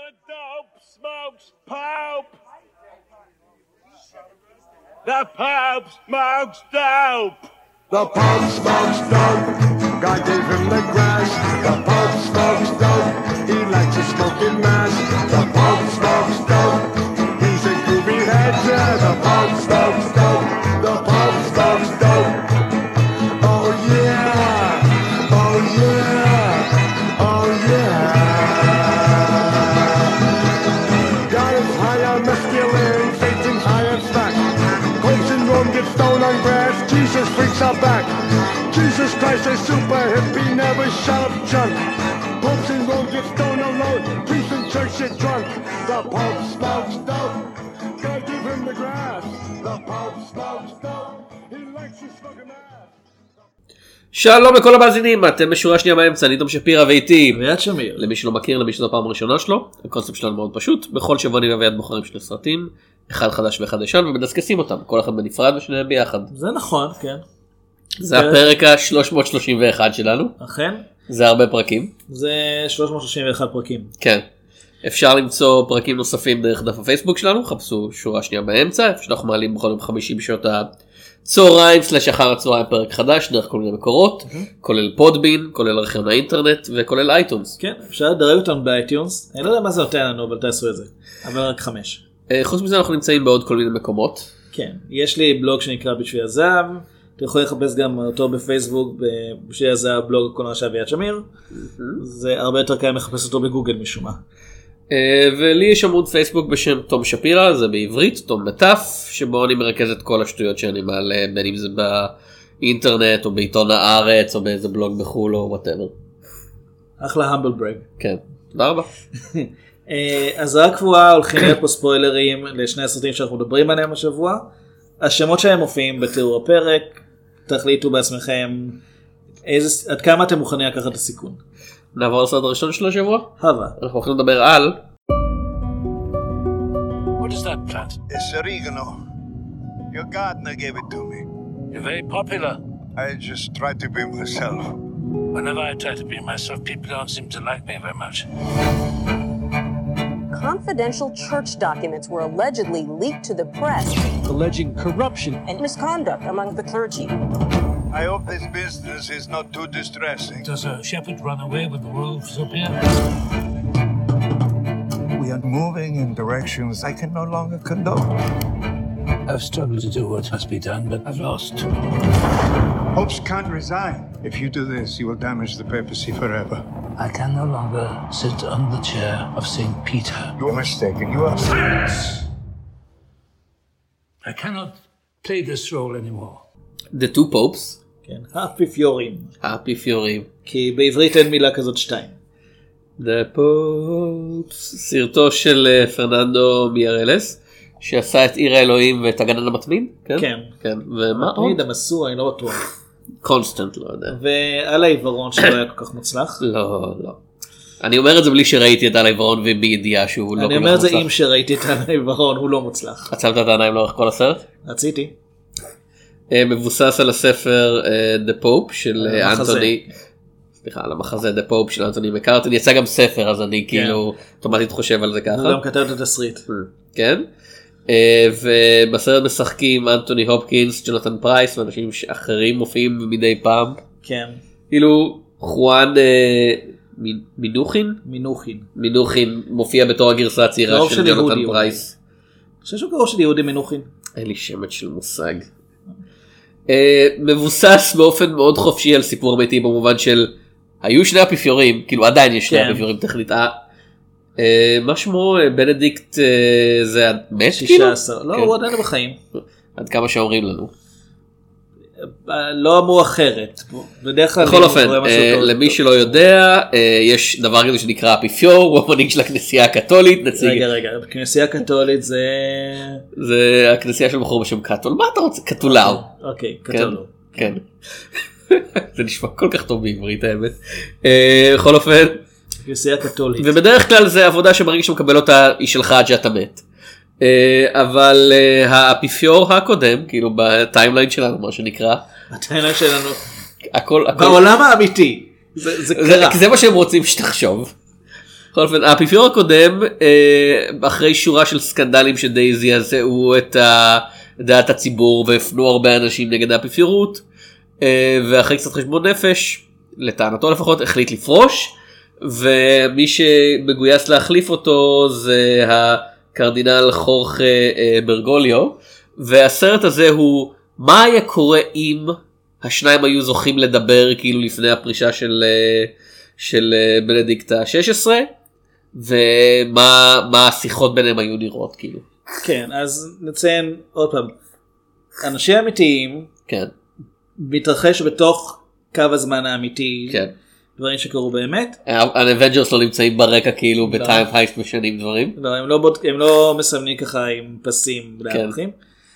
dope smokes pope. The Pope smokes dope. The Pope smokes dope. God gave him the grass. The Pope smokes dope. He likes to smoke in mass. The Pope smokes dope. He's a groovy head. The Pope smokes dope. The Pope smokes dope. Oh yeah. Oh yeah. Oh yeah. God is high on masculine. Satan's high on stack. Popes in Rome get stoned on grass. Jesus freaks out back. Jesus Christ is super hippie, never shut up junk. Popes in Rome get stoned alone. Priests in church get drunk. The Pope smokes dope. God give him the grass. The Pope smokes dope. He likes to smoke a mass. שלום לכל המאזינים, אתם בשורה שנייה באמצע, אני תום שפירא ואיתי אביעד שמיר. למי שלא מכיר, למי שזו הפעם הראשונה שלו, הקונספט שלנו מאוד פשוט, בכל שבוע אני ואביעד בוחרים שני סרטים, אחד חדש ואחד ישן, ומדסקסים אותם, כל אחד בנפרד ושניהם ביחד. זה נכון, כן. זה הפרק ה-331 שלנו. אכן. זה הרבה פרקים. זה 331 פרקים. כן. אפשר למצוא פרקים נוספים דרך דף הפייסבוק שלנו, חפשו שורה שנייה באמצע, איפה שאנחנו מעלים בכל יום חמישי בשעות הצהריים / אחר הצהריים פרק חדש דרך כל מיני מקורות, כולל פודבין, כולל ארכיון האינטרנט וכולל אייטונס. כן, אפשר לדרג אותנו באייטונס, אני לא יודע מה זה נותן לנו, אבל תעשו את זה, אבל רק 5. חוץ מזה אנחנו נמצאים בעוד כל מיני מקומות. כן, יש לי בלוג שנקרא בשביל הזהב, אתם יכולים לחפש גם אותו בפייסבוק, בשביל הזהב בלוג הקולנוע של אביעד שמיר, זה הרבה יותר קיים לחפש אותו בגוגל משום מה. ולי יש עמוד פייסבוק בשם תום שפירא, זה בעברית, תום מטף, שבו אני מרכז את כל השטויות שאני מעלה, בין אם זה באינטרנט או בעיתון הארץ או באיזה בלוג בחול או whatever. אחלה המבל ברג. כן, תודה רבה. אז רק קבועה, הולכים להיות פה ספוילרים לשני הסרטים שאנחנו מדברים עליהם השבוע. השמות שלהם מופיעים בתיאור הפרק, תחליטו בעצמכם עד כמה אתם מוכנים לקחת את הסיכון. נעבור לסרט הראשון של השבוע? הווה. אנחנו הולכים לדבר על... What is that plant? It's oregano. Your gardener gave it to me. You're very popular. I just tried to be myself. Whenever I try to be myself, people don't seem to like me very much. Confidential church documents were allegedly leaked to the press, alleging corruption and misconduct among the clergy. I hope this business is not too distressing. Does a shepherd run away with the wolves up here? We are moving in directions I can no longer condone. I've struggled to do what must be done, but I've lost. Popes can't resign. If you do this, you will damage the papacy forever. I can no longer sit on the chair of St. Peter. You are mistaken. You are... I cannot play this role anymore. The Two Popes. כן, האפיפיורים. האפיפיורים. כי בעברית אין מילה כזאת 2. The Popes. סרטו של פרננדו מיארלס, שעשה את עיר האלוהים ואת הגנן המתמיד. כן. כן. ומה עוד? המתמיד המסור, אני לא בטוח. קונסטנט, לא יודע. ועל העיוורון שלא היה כל כך מוצלח. לא, לא. אני אומר את זה בלי שראיתי את על העיוורון ובידיעה שהוא לא כל כך מוצלח. אני אומר את זה אם שראיתי את על העיוורון, הוא לא מוצלח. עצמת את העיניים לאורך כל הסרט? רציתי. מבוסס על הספר The Pope של אנטוני, סליחה, על המחזה The Pope של אנטוני מקארטני, יצא גם ספר, אז אני כאילו אוטומטית חושב על זה ככה. הוא גם כתב את התסריט. כן. ובסרט משחקים אנטוני הופקינס, ג'ונתן פרייס ואנשים אחרים מופיעים מדי פעם. כן. כאילו חואן מינוחין מופיע בתור הגרסה הצעירה של ג'ונתן פרייס. אני חושב שהוא קרוב של יהודי מינוחין. אין לי שמץ של מושג. מבוסס באופן מאוד חופשי על סיפור אמיתי, במובן של היו שני אפיפיורים, כאילו עדיין יש שני אפיפיורים טכנית. מה שמו בנדיקט זה מת? 16, לא, הוא עדיין בחיים. עד כמה שאומרים לנו. לא אמרו אחרת. בכל אופן, למי שלא יודע, יש דבר כזה שנקרא אפיפיור, הוא המנהיג של הכנסייה הקתולית. רגע, הכנסייה הקתולית זה... זה הכנסייה של בחור בשם קתול. מה אתה רוצה? קתולאו. אוקיי, קתולאו. כן. זה נשמע כל כך טוב בעברית האמת. בכל אופן. כנסייה קתולית. ובדרך כלל זה עבודה שברגע שמקבל אותה היא שלך עד שאתה מת. אבל האפיפיור הקודם, כאילו בטיימליין שלנו מה שנקרא. בטיימליין שלנו. הכל. בעולם האמיתי. זה קרה. זה מה שהם רוצים שתחשוב. בכל אופן, האפיפיור הקודם, אחרי שורה של סקנדלים שדי זעזעו את דעת הציבור והפנו הרבה אנשים נגד האפיפיורות, ואחרי קצת חשבון נפש, לטענתו לפחות, החליט לפרוש, ומי שמגויס להחליף אותו זה הקרדינל חורכה ברגוליו, והסרט הזה הוא מה היה קורה אם השניים היו זוכים לדבר כאילו לפני הפרישה של בנדיקט ה-16, ומה השיחות ביניהם היו נראות כאילו. כן, אז נציין עוד פעם, אנשים אמיתיים, כן. מתרחש בתוך קו הזמן האמיתי, כן. דברים שקרו באמת. האבנג'רס לא נמצאים ברקע כאילו בטיים הייסט משנים דברים. לא, הם לא מסמנים ככה עם פסים לערכים.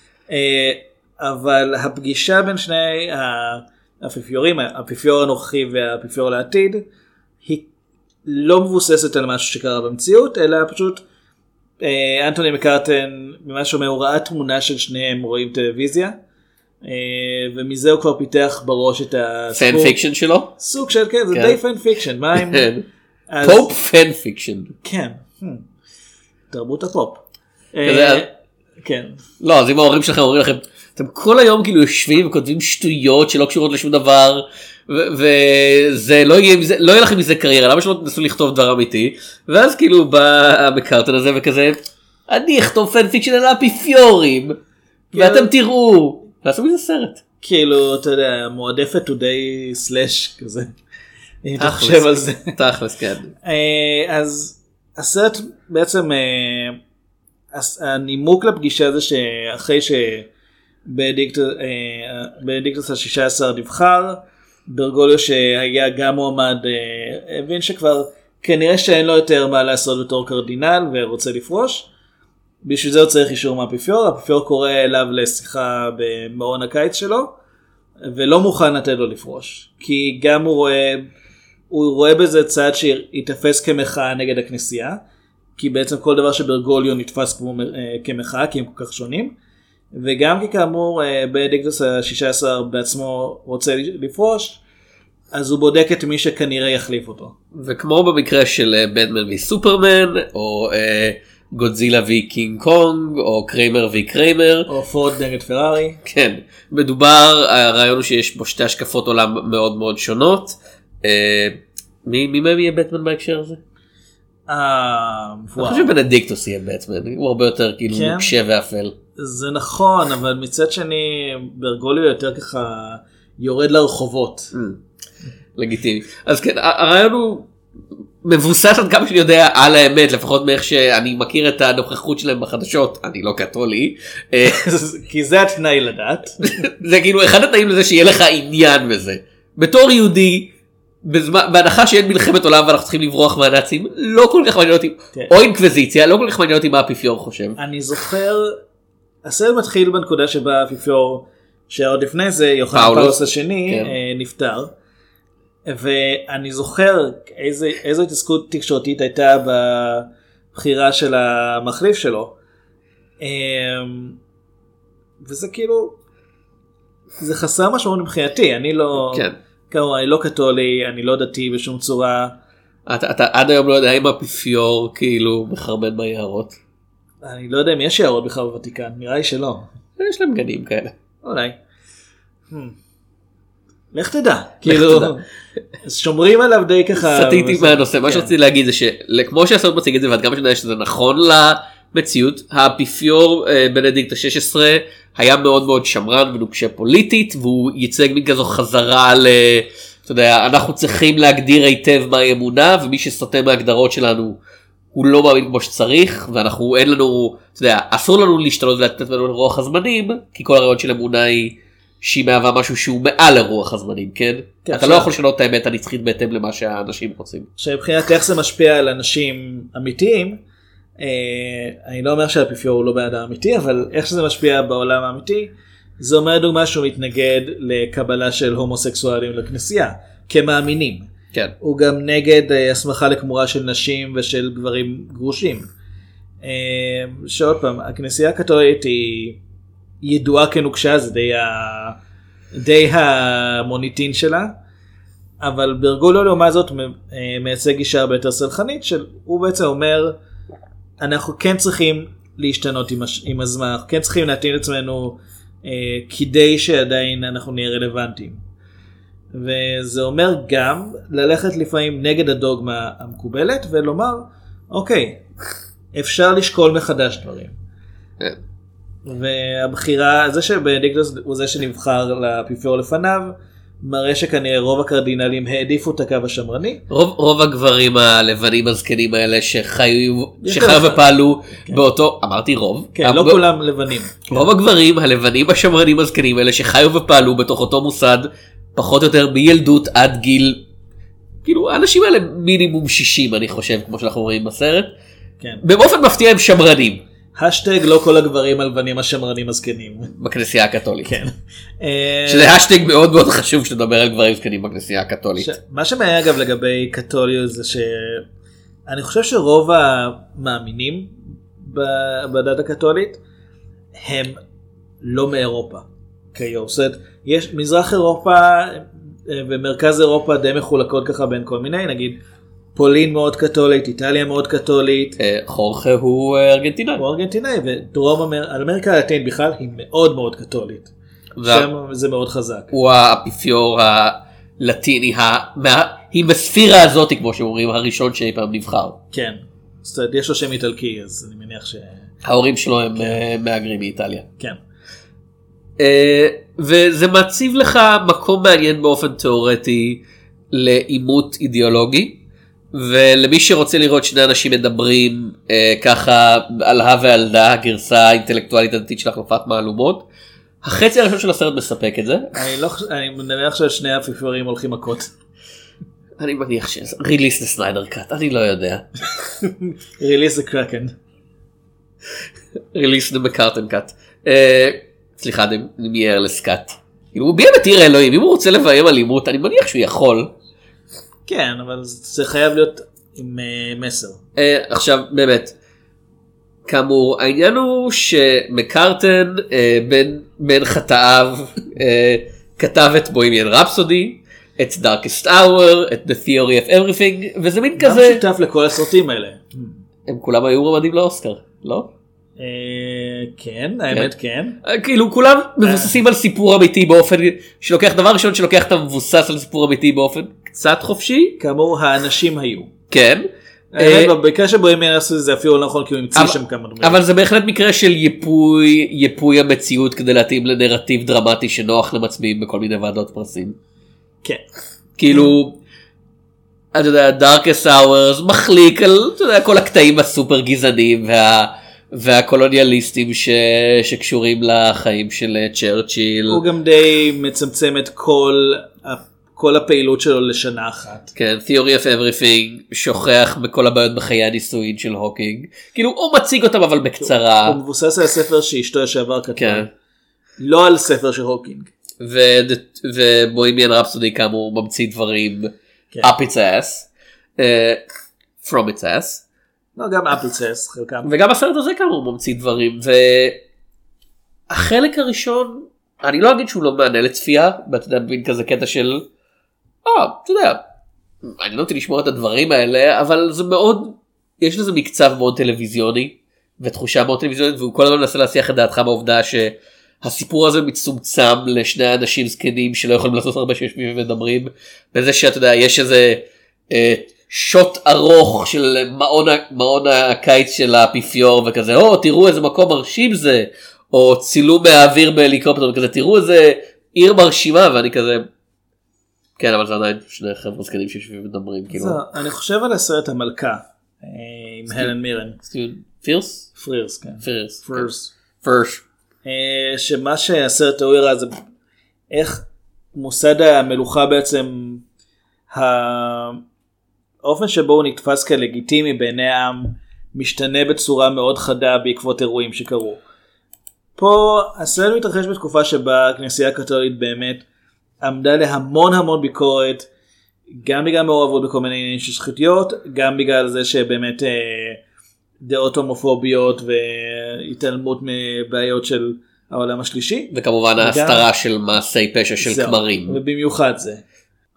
אבל הפגישה בין שני האפיפיורים, האפיפיור הנוכחי והאפיפיור לעתיד, היא לא מבוססת על משהו שקרה במציאות, אלא פשוט אנטוני מקארטן, ממה שאומר, הוא ראה תמונה של שניהם רואים טלוויזיה, ומזה הוא כבר פיתח בראש את הסיפור. פן פיקשן שלו? סוג של, כן, זה די פן פיקשן. מה עם... פופ פן פיקשן. כן, תרבות הפופ. כן. לא, אז אם ההורים שלכם אומרים לכם, אתם כל היום כאילו יושבים וכותבים שטויות שלא קשורות לשום דבר, וזה לא יהיה לכם מזה קריירה, למה שלא תנסו לכתוב דבר אמיתי, ואז כאילו בא המקארטן הזה וכזה, אני אכתוב פן פיקשן על האפיפיורים, ואתם תראו, ועשו מזה סרט. כאילו, אתה יודע, מועדפת today / כזה. אם אתה חושב על זה. תכלס, כן. אז הסרט בעצם, הנימוק לפגישה זה שאחרי שבנדיקטוס ה-16 נבחר, ברגוליו שהיה גם מועמד, הבין שכבר כנראה שאין לו יותר מה לעשות בתור קרדינל ורוצה לפרוש. בשביל זה הוא צריך אישור מהאפיפיור, האפיפיור קורא אליו לשיחה במעון הקיץ שלו, ולא מוכן לתת לו לפרוש. כי גם הוא רואה בזה צעד שיתפס כמחאה נגד הכנסייה, כי בעצם כל דבר שברגוליו נתפס כמחאה, כי הם כל כך שונים, וגם כי כאמור בנדיקטוס ה-16 בעצמו רוצה לפרוש, אז הוא בודק את מי שכנראה יחליף אותו. וכמו במקרה של בטמן וסופרמן, או גודזילה וקינג קונג, או קריימר וקריימר, או פורד נגד פרארי. כן, מדובר, הרעיון הוא שיש בו שתי השקפות עולם מאוד מאוד שונות. מי מהם יהיה בטמן בהקשר הזה? אני חושב שבנדיקטוס יהיה בטמן, הוא הרבה יותר כאילו נוקשה ואפל. זה נכון, אבל מצד שני ברגוליו יותר ככה יורד לרחובות. לגיטימי. אז כן, הרעיון הוא מבוסס עד כמה שאני יודע על האמת, לפחות מאיך שאני מכיר את הנוכחות שלהם בחדשות, אני לא קתולי. כי זה התנאי לדעת. זה כאילו אחד התנאים לזה שיהיה לך עניין בזה. בתור יהודי, בהנחה שאין מלחמת עולם ואנחנו צריכים לברוח מהנאצים, לא כל כך מעניין אותי, או אינקוויזיציה, לא כל כך מעניין אותי מה האפיפיור חושב. אני זוכר, הסרט מתחיל בנקודה שבה האפיפיור, שעוד לפני זה יוחנן פאולוס השני נפטר, ואני זוכר איזו התעסקות תקשורתית הייתה בבחירה של המחליף שלו, וזה כאילו, זה חסר משמעות מבחינתי, אני לא... כמובן, אני לא קתולי, אני לא דתי בשום צורה. אתה עד היום לא יודע אם האפיפיור כאילו מחרבן ביערות? אני לא יודע אם יש יערות בכלל בוותיקן, נראה לי שלא. יש להם גנים כאלה. אולי. לך תדע. כאילו, שומרים עליו די ככה. סטיתי מהנושא, מה שרציתי להגיד זה שכמו שהסרט מציג את זה, ועד כמה שאני יודע שזה נכון למציאות, האפיפיור בנדיקט ה-16 היה מאוד מאוד שמרן ונוקשה פוליטית, והוא ייצג מין כזו חזרה אתה יודע, אנחנו צריכים להגדיר היטב מהי אמונה, ומי שסוטה מההגדרות שלנו הוא לא מאמין כמו שצריך, ואנחנו אין לנו, אתה יודע, אסור לנו להשתנות ולתת לנו לרוח הזמנים, כי כל הרעיון של אמונה היא שהיא מהווה משהו שהוא מעל לרוח הזמנים, כן? אתה לא יכול לשנות את האמת הנצחית בהתאם למה שהאנשים רוצים. שבחינת איך זה משפיע על אנשים אמיתיים, אני לא אומר שהאפיפיור הוא לא בן אדם אמיתי, אבל איך שזה משפיע בעולם האמיתי, זה אומר דוגמה שהוא מתנגד לקבלה של הומוסקסואלים לכנסייה, כמאמינים. כן. הוא גם נגד הסמכה לכמורה של נשים ושל גברים גרושים. שעוד פעם, הכנסייה הקתולית היא ידועה כנוקשה, זה די המוניטין שלה, אבל ברגולו לעומת זאת מייצג גישה הרבה יותר סלחנית, שהוא בעצם אומר, אנחנו כן צריכים להשתנות עם הזמן, אנחנו כן צריכים להתאים את עצמנו כדי שעדיין אנחנו נהיה רלוונטיים. וזה אומר גם ללכת לפעמים נגד הדוגמה המקובלת ולומר, אוקיי, אפשר לשקול מחדש דברים. והבחירה, זה שבנדיקטוס הוא זה שנבחר לאפיפיור לפניו, מראה שכנראה רוב הקרדינלים העדיפו את הקו השמרני. רוב הגברים הלבנים הזקנים האלה שחיו ופעלו באותו, אמרתי רוב. כן, לא כולם לבנים. רוב הגברים הלבנים השמרנים הזקנים האלה שחיו ופעלו בתוך אותו מוסד, פחות או יותר בילדות עד גיל, כאילו האנשים האלה מינימום 60 אני חושב, כמו שאנחנו רואים בסרט. כן. באופן מפתיע הם שמרנים. השטג לא כל הגברים הלבנים השמרנים הזקנים. בכנסייה הקתולית. כן. שזה השטג מאוד מאוד חשוב שתדבר על גברים זקנים בכנסייה הקתולית. מה שמעניין אגב לגבי קתוליות זה שאני חושב שרוב המאמינים בדת הקתולית הם לא מאירופה. כיום. זאת אומרת, יש מזרח אירופה ומרכז אירופה די מחולקות ככה בין כל מיני, נגיד פולין מאוד קתולית, איטליה מאוד קתולית. חורכה הוא ארגנטינאי. הוא ארגנטינאי, ודרום אמריקה הלטינית בכלל היא מאוד מאוד קתולית. שם זה מאוד חזק. הוא האפיפיור הלטיני, היא בספירה הזאת, כמו שאומרים, הראשון שאי פעם נבחר. כן. זאת אומרת, יש לו שם איטלקי, אז אני מניח ש... ההורים שלו הם מהגרים מאיטליה. כן. וזה מציב לך מקום מעניין באופן תיאורטי לעימות אידיאולוגי. ולמי שרוצה לראות שני אנשים מדברים ככה על הא ועל דא, הגרסה האינטלקטואלית הדתית של החלפת מהלומות, החצי הראשון של הסרט מספק את זה. אני מניח ששני האפיפיורים הולכים מכות. אני מניח ריליס לסניידר קאט, אני לא יודע. ריליס לקרקן. ריליס למקארטן קאט. סליחה, דמייר לסקאט. הוא באמת עיר האלוהים, אם הוא רוצה לביים על עימות, אני מניח שהוא יכול. כן, אבל זה חייב להיות עם מסר. עכשיו, באמת, כאמור, העניין הוא שמקארטן בין חטאיו כתב את בוהמיאן רפסודי, את Darkest Hour, את The Theory of Everything, וזה מין כזה... גם שותף לכל הסרטים האלה. הם כולם היו מועמדים לאוסקר, לא? כן, האמת כן. כאילו כולם מבוססים על סיפור אמיתי באופן שלוקח, דבר ראשון שלוקח את המבוסס על סיפור אמיתי באופן קצת חופשי. כאמור האנשים היו. כן. במקרה שבוהמיאן רפסודי זה אפילו לא נכון כי הוא המציא שם כמה דברים. אבל זה בהחלט מקרה של ייפוי המציאות כדי להתאים לנרטיב דרמטי שנוח למצביעים בכל מיני ועדות פרסים. כן. כאילו, אתה יודע, Darkest Hours מחליק על, אתה יודע, כל הקטעים הסופר גזעניים והקולוניאליסטים שקשורים לחיים של צ'רצ'יל. הוא גם די מצמצם את כל הפעילות שלו לשנה אחת. כן, Theory of Everything שוכח בכל הבעיות בחיי הנישואין של הוקינג. כאילו הוא מציג אותם אבל בקצרה. הוא מבוסס על הספר שאשתו לשעבר כתבה. כן. לא על ספר של הוקינג. ובוהמיאן רפסודי כאמור ממציא דברים up its ass. From its ass. לא, גם up its ass חלקם. וגם הסרט הזה כאמור ממציא דברים. והחלק הראשון, אני לא אגיד שהוא לא מענה לצפייה, ואתה יודע, בין כזה קטע של, אתה יודע, אני לא רוצה לשמוע את הדברים האלה, אבל זה מאוד, יש לזה מקצב מאוד טלוויזיוני, ותחושה מאוד טלוויזיונית, והוא כל הזמן מנסה להסיח את דעתך מהעובדה שהסיפור הזה מצומצם לשני אנשים זקנים שלא יכולים לעשות הרבה שיושבים ומדברים, בזה שאתה יודע, יש איזה שוט ארוך של מעון הקיץ של האפיפיור וכזה, תראו איזה מקום מרשים זה, או צילום מהאוויר בהליקופטר וכזה, תראו איזה עיר מרשימה, ואני כזה, כן, אבל זה עדיין שני חבר'ה זקנים שיושבים ומדברים, כאילו. אני חושב על הסרט המלכה, עם הלן מירן. פירס? פרירס, כן. פירס. שמה שהסרט הוא הראה זה, איך מוסד המלוכה בעצם, האופן שבו הוא נתפס כלגיטימי בעיני העם, משתנה בצורה מאוד חדה בעקבות אירועים שקרו. פה הסרט מתרחש בתקופה שבה הכנסייה הקתולית באמת עמדה להמון ביקורת, גם בגלל מעורבות בכל מיני עניינים של שחיתויות, גם בגלל זה שבאמת דעות הומופוביות והתעלמות מבעיות של העולם השלישי. וכמובן ההסתרה של מעשי פשע של כמרים. ובמיוחד זה.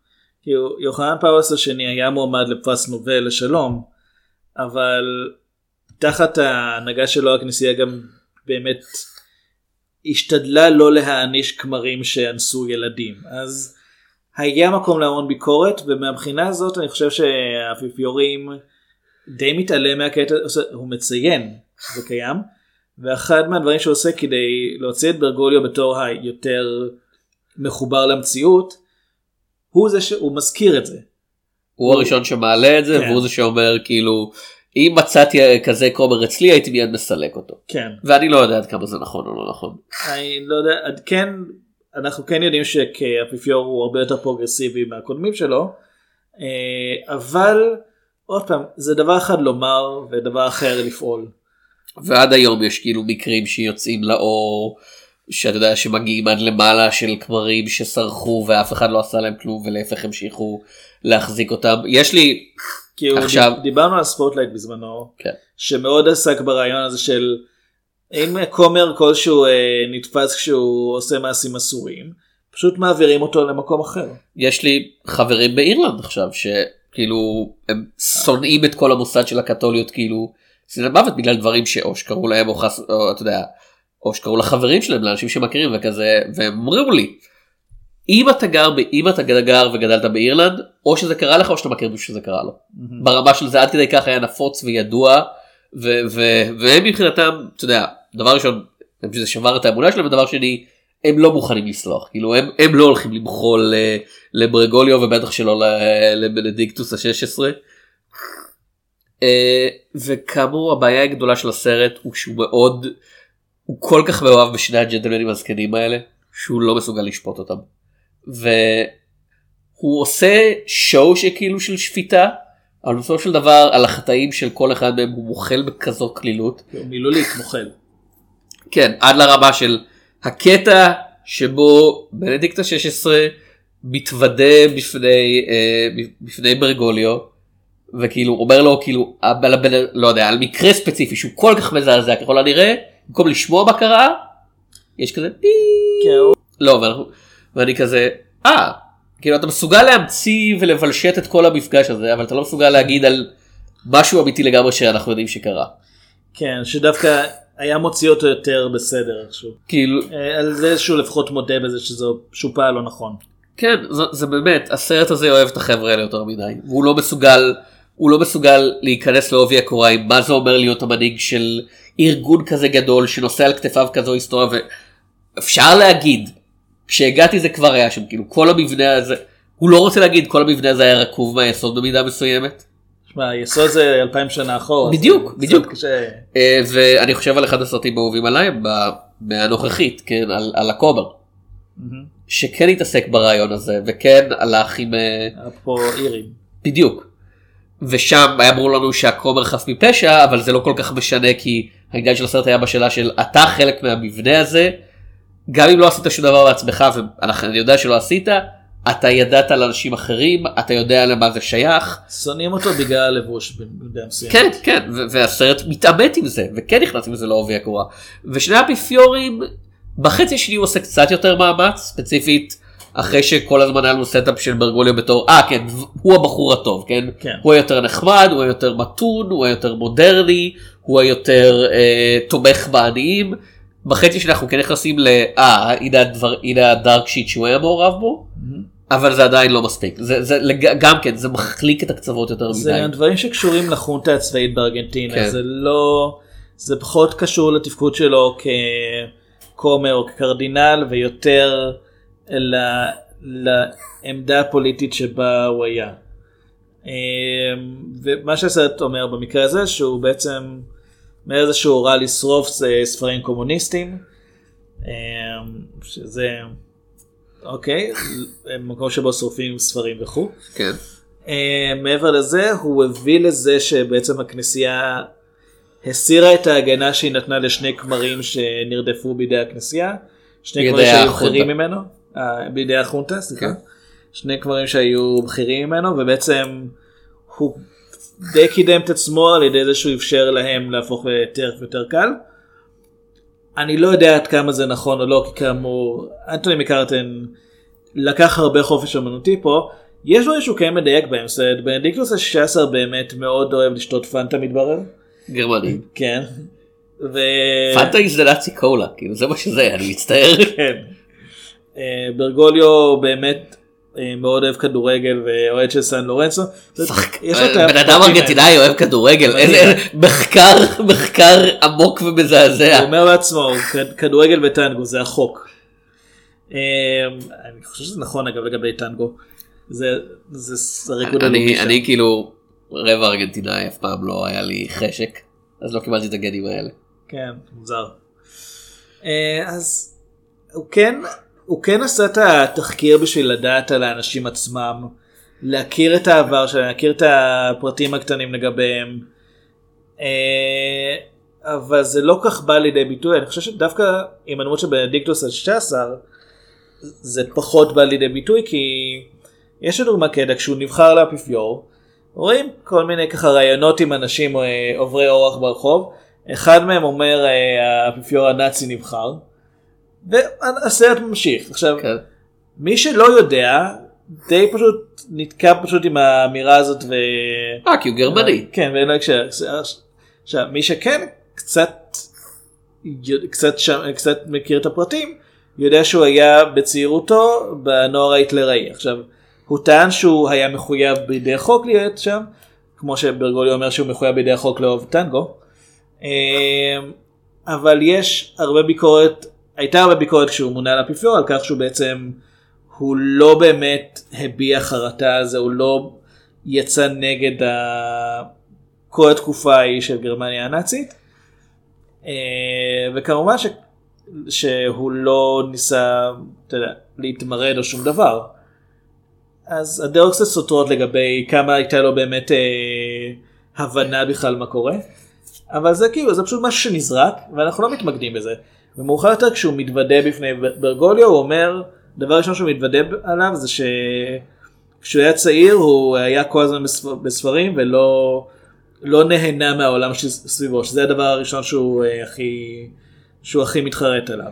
כי יוחנן פאולוס השני היה מועמד לפרס נובל לשלום, אבל תחת ההנהגה שלו הכנסייה גם באמת השתדלה לא להעניש כמרים שאנסו ילדים. אז היה מקום להמון ביקורת, ומהבחינה הזאת אני חושב שהאפיפיורים די מתעלם מהקטע, הוא מציין שזה קיים, ואחד מהדברים שהוא עושה כדי להוציא את ברגוליו בתור היותר מחובר למציאות, הוא זה שהוא מזכיר את זה. הוא הראשון שמעלה את זה, והוא זה שאומר כאילו, אם מצאתי כזה קומר אצלי הייתי מיד מסלק אותו. כן. ואני לא יודע עד כמה זה נכון או לא נכון. אני לא יודע, כן, אנחנו כן יודעים שכאפיפיור הוא הרבה יותר פרוגרסיבי מהקודמים שלו, אבל עוד פעם, זה דבר אחד לומר ודבר אחר לפעול. ועד היום יש כאילו מקרים שיוצאים לאור, שאתה יודע שמגיעים עד למעלה של כמרים שסרחו ואף אחד לא עשה להם כלום ולהפך המשיכו להחזיק אותם. יש לי עכשיו... דיברנו על ספוטלייט בזמנו, כן. שמאוד עסק ברעיון הזה של אם כומר כלשהו נתפס כשהוא עושה מעשים אסורים, פשוט מעבירים אותו למקום אחר. יש לי חברים באירלנד עכשיו שכאילו הם שונאים את כל המוסד של הקתוליות כאילו זה מוות בגלל דברים שאו שקראו להם או אתה יודע או שקראו לחברים שלהם לאנשים שמכירים וכזה והם אומרים לי אם אתה גר וגדלת באירלנד או שזה קרה לך או שאתה מכיר שזה קרה לו ברמה של זה עד כדי כך היה נפוץ וידוע והם מבחינתם אתה יודע דבר ראשון זה שבר את האמונה שלהם ודבר שני הם לא מוכנים לסלוח, כאילו הם לא הולכים למחול לברגוליו ובטח שלא לבנדיקטוס ה-16. וכאמור הבעיה הגדולה של הסרט הוא שהוא מאוד, הוא כל כך מאוהב בשני הג'נטלמנים הזקנים האלה, שהוא לא מסוגל לשפוט אותם. והוא עושה שואו שכאילו של שפיטה, אבל בסופו של דבר על החטאים של כל אחד מהם הוא מוחל בכזו כלילות. מילולית מוחל. כן, עד לרמה של הקטע שבו בנדיקט ה-16 מתוודה בפני ברגוליו וכאילו אומר לו כאילו לא יודע על מקרה ספציפי שהוא כל כך מזעזע ככל הנראה במקום לשמוע מה קרה יש כזה לא ואני כזה כאילו אתה מסוגל להמציא ולבלשת את כל המפגש הזה אבל אתה לא מסוגל להגיד על משהו אמיתי לגמרי שאנחנו יודעים שקרה. כן שדווקא היה מוציא אותו יותר בסדר איכשהו. כאילו... על זה שהוא לפחות מודה בזה שהוא פעל לא נכון. כן, זה באמת, הסרט הזה אוהב את החבר'ה האלה יותר מדי. הוא לא מסוגל להיכנס לעובי הקורה עם מה זה אומר להיות המנהיג של ארגון כזה גדול שנושא על כתפיו כזו היסטוריה ואפשר להגיד, כשהגעתי זה כבר היה שם, כאילו כל המבנה הזה, הוא לא רוצה להגיד כל המבנה הזה היה רקוב מהיסוד במידה מסוימת. היסוד זה 2000 שנה אחורה. בדיוק. ואני חושב על אחד הסרטים האהובים עליי מהנוכחית, כן, על הקומר. שכן התעסק ברעיון הזה, וכן הלך עם... פה אירים. בדיוק. ושם היה ברור לנו שהקומר חף מפשע, אבל זה לא כל כך משנה, כי העניין של הסרט היה בשאלה של אתה חלק מהמבנה הזה, גם אם לא עשית שום דבר בעצמך, ואני יודע שלא עשית, אתה ידעת על אנשים אחרים, אתה יודע למה זה שייך. שונאים אותו בגלל הלבוש במידה מסוימת. כן, כן, והסרט מתאמת עם זה, וכן נכנס עם זה לעובי הקורה. ושני האפיפיורים, בחצי השני הוא עושה קצת יותר מאמץ, ספציפית, אחרי שכל הזמן היה לנו סטאפ של ברגוליו בתור, כן, הוא הבחור הטוב, כן? הוא היותר נחמד, הוא היותר מתון, הוא היותר מודרני, הוא היותר תומך בעניים. בחצי שאנחנו כן נכנסים הנה הדארק שיט שהוא היה מעורב בו, אבל זה עדיין לא מספיק. גם כן, זה מחליק את הקצוות יותר מדי. זה דברים שקשורים לחונטה הצבאית בארגנטינה, זה לא, זה פחות קשור לתפקוד שלו כקומר או כקרדינל, ויותר לעמדה הפוליטית שבה הוא היה. ומה שהסרט אומר במקרה הזה, שהוא בעצם מאיזשהו הוראה לשרוף ספרים קומוניסטיים, שזה, אוקיי, מקום שבו שורפים ספרים וכו'. כן. מעבר לזה, הוא הביא לזה שבעצם הכנסייה הסירה את ההגנה שהיא נתנה לשני כמרים שנרדפו בידי הכנסייה, שני כמרים שהיו בכירים ממנו, בידי החונטה, סליחה. שני כמרים שהיו בכירים ממנו, ובעצם הוא די קידם את עצמו על ידי זה שהוא אפשר להם להפוך ליותר ויותר קל. אני לא יודע עד כמה זה נכון או לא, כי כאמור, אנטוני מקארטן לקח הרבה חופש אמנותי פה, יש לו איזשהו כן מדייק בהם, בנדיקטוס ה-16 באמת מאוד אוהב לשתות פנטה מתברר. גרמני. כן. פנטה is the Nazi cola, כאילו זה מה שזה, אני מצטער. כן. ברגוליו באמת מאוד אוהב כדורגל ואוהד של סן לורנצו. בן אדם ארגנטינאי אוהב כדורגל, איזה מחקר עמוק ומזעזע. הוא אומר לעצמו, כדורגל וטנגו זה החוק. אני חושב שזה נכון אגב לגבי טנגו. זה ריקוד הלאומי שם. אני כאילו רבע ארגנטינאי, אף פעם לא היה לי חשק, אז לא קיבלתי את הגנים האלה. כן, מוזר. אז הוא כן עשה את התחקיר בשביל לדעת על האנשים עצמם, להכיר את העבר שלהם, להכיר את הפרטים הקטנים לגביהם, אבל זה לא כך בא לידי ביטוי. אני חושב שדווקא עם הדמות של בנדיקטוס ה-16 זה פחות בא לידי ביטוי, כי יש לנו קטע כשהוא נבחר לאפיפיור, רואים כל מיני ככה רעיונות עם אנשים עוברי אורח ברחוב, אחד מהם אומר האפיפיור הנאצי נבחר, והסרט ממשיך. עכשיו, מי שלא יודע, די פשוט נתקע פשוט עם האמירה הזאת כי הוא גרמני. כן, ואין לו הקשר. עכשיו, מי שכן קצת מכיר את הפרטים, יודע שהוא היה בצעירותו בנוער ההיטלראי. עכשיו, הוא טען שהוא היה מחויב בידי חוק להיות שם, כמו שברגוליו אומר שהוא מחויב בידי החוק לאהוב טנגו. אבל יש הרבה ביקורת, הייתה הרבה ביקורת כשהוא מונה לאפיפיור על כך שהוא בעצם, הוא לא באמת הביע חרטה על זה, הוא לא יצא נגד כל התקופה ההיא של גרמניה הנאצית. וכמובן שהוא לא ניסה להתמרד או שום דבר. אז הדעות קצת סותרות לגבי כמה הייתה לו באמת הבנה בכלל מה קורה. אבל זה כאילו, זה פשוט משהו שנזרק, ואנחנו לא מתמקדים בזה. ומאוחר יותר כשהוא מתוודה בפני ברגוליו, הוא אומר, דבר ראשון שהוא מתוודה עליו, זה שכשהוא היה צעיר, הוא היה כל הזמן בספרים, ולא נהנה מהעולם סביבו, שזה הדבר הראשון שהוא הכי מתחרט עליו.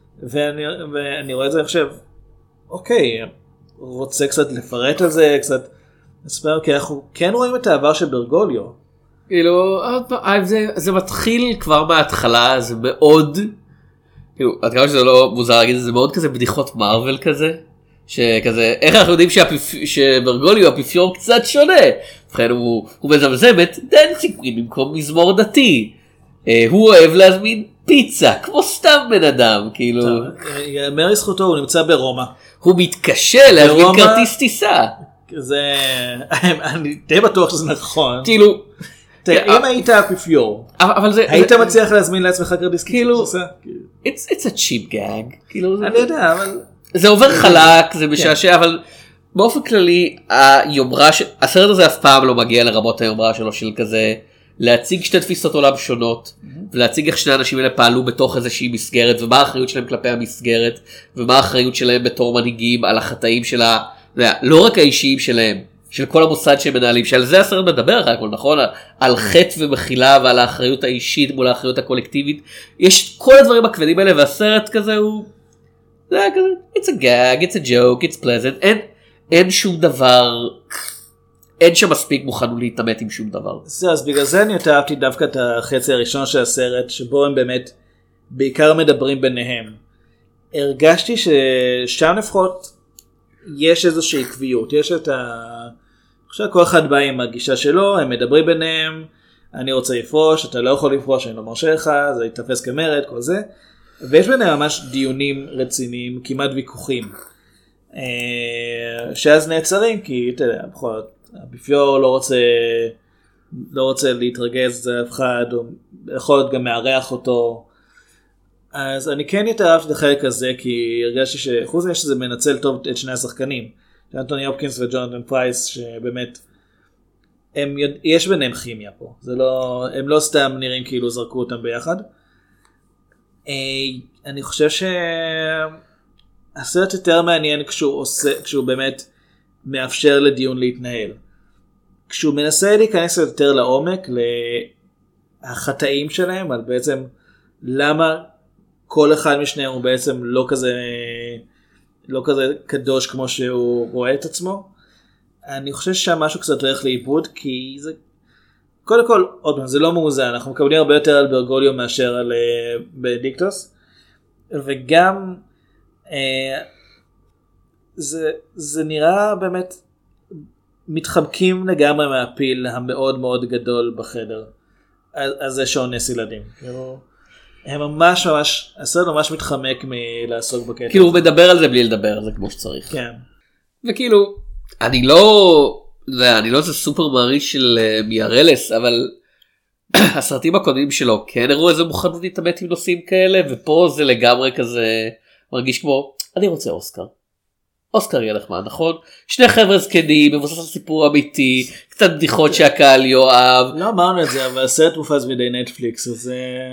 ואני רואה את זה, אני חושב, אוקיי, הוא רוצה קצת לפרט על זה, קצת לספר, כי אנחנו כן רואים את העבר של ברגוליו. כאילו, זה מתחיל כבר מההתחלה, זה מאוד, כאילו, עד כמה שזה לא מוזר להגיד, זה מאוד כזה בדיחות מארוול כזה, שכזה, איך אנחנו יודעים שברגוליו האפיפיור קצת שונה, ובכן הוא מזמזם את דנסינג קווין במקום מזמור דתי, הוא אוהב להזמין פיצה, כמו סתם בן אדם, כאילו. יאמר לזכותו, הוא נמצא ברומא. הוא מתקשה להזמין כרטיס טיסה. זה, אני די בטוח שזה נכון. כאילו, אם היית אפיפיור, היית מצליח להזמין לעצמך כרטיס טיסה? it's a cheap gag. אני יודע, אבל... זה עובר חלק, זה משעשע, אבל באופן כללי, הסרט הזה אף פעם לא מגיע לרמות היומרה שלו, של כזה, להציג שתי תפיסות עולם שונות, ולהציג איך שני האנשים האלה פעלו בתוך איזושהי מסגרת, ומה האחריות שלהם כלפי המסגרת, ומה האחריות שלהם בתור מנהיגים על החטאים של לא רק האישיים שלהם, של כל המוסד שהם מנהלים, שעל זה הסרט מדבר אחר הכל, נכון? על חטא ומחילה ועל האחריות האישית מול האחריות הקולקטיבית. יש כל הדברים הכבדים האלה, והסרט כזה הוא, זה היה כזה, it's a gag, it's a joke, it's pleasant, אין שום דבר, אין שם מספיק מוכנו להתאמת עם שום דבר. אז בגלל זה אני יותר אהבתי דווקא את החצי הראשון של הסרט, שבו הם באמת בעיקר מדברים ביניהם. הרגשתי ששם לפחות יש איזושהי קביעות, יש את עכשיו כל אחד בא עם הגישה שלו, הם מדברים ביניהם, אני רוצה לפרוש, אתה לא יכול לפרוש, אני לא מרשה לך, זה יתפס כמרד, כל זה. ויש ביניהם ממש דיונים רציניים, כמעט ויכוחים. שאז נעצרים, כי אתה יודע, בכל האפיפיור לא רוצה להתרגז, זה אף אחד, או יכול להיות גם מארח אותו. אז אני כן יותר אהבתי את החלק הזה, כי הרגשתי שחוץ מזה שזה מנצל טוב את שני השחקנים, אנטוני הופקינס וג'ונתן פרייס, שבאמת יש ביניהם כימיה פה, הם לא סתם נראים כאילו זרקו אותם ביחד. אני חושב שהסרט יותר מעניין כשהוא באמת מאפשר לדיון להתנהל. כשהוא מנסה להיכנס יותר לעומק לחטאים שלהם, על בעצם למה כל אחד משניהם הוא בעצם לא כזה קדוש כמו שהוא רואה את עצמו. אני חושב שהמשהו קצת הולך לאיבוד, כי זה, קודם כל, עוד פעם, זה לא מאוזן, אנחנו מקבלים הרבה יותר על ברגוליו מאשר על בנדיקטוס, וגם זה נראה באמת, מתחמקים לגמרי מהפיל המאוד מאוד גדול בחדר, אז זה שאונס ילדים. הם ממש, הסרט ממש מתחמק מלעסוק בקטע. כאילו הוא מדבר על זה בלי לדבר על זה כמו שצריך. כן. וכאילו, אני לא איזה סופר מעריץ של מיארלס, אבל הסרטים הקודמים שלו כן הראו איזה מוכנות להתאמת עם נושאים כאלה, ופה זה לגמרי כזה מרגיש כמו, אני רוצה אוסקר. אוסקר יהיה נחמד, נכון? שני חבר'ה זקנים, מבוסס על סיפור אמיתי, קצת בדיחות שהקהל יאהב. לא אמרנו את זה, אבל הסרט מופץ בידי נטפליקס, אז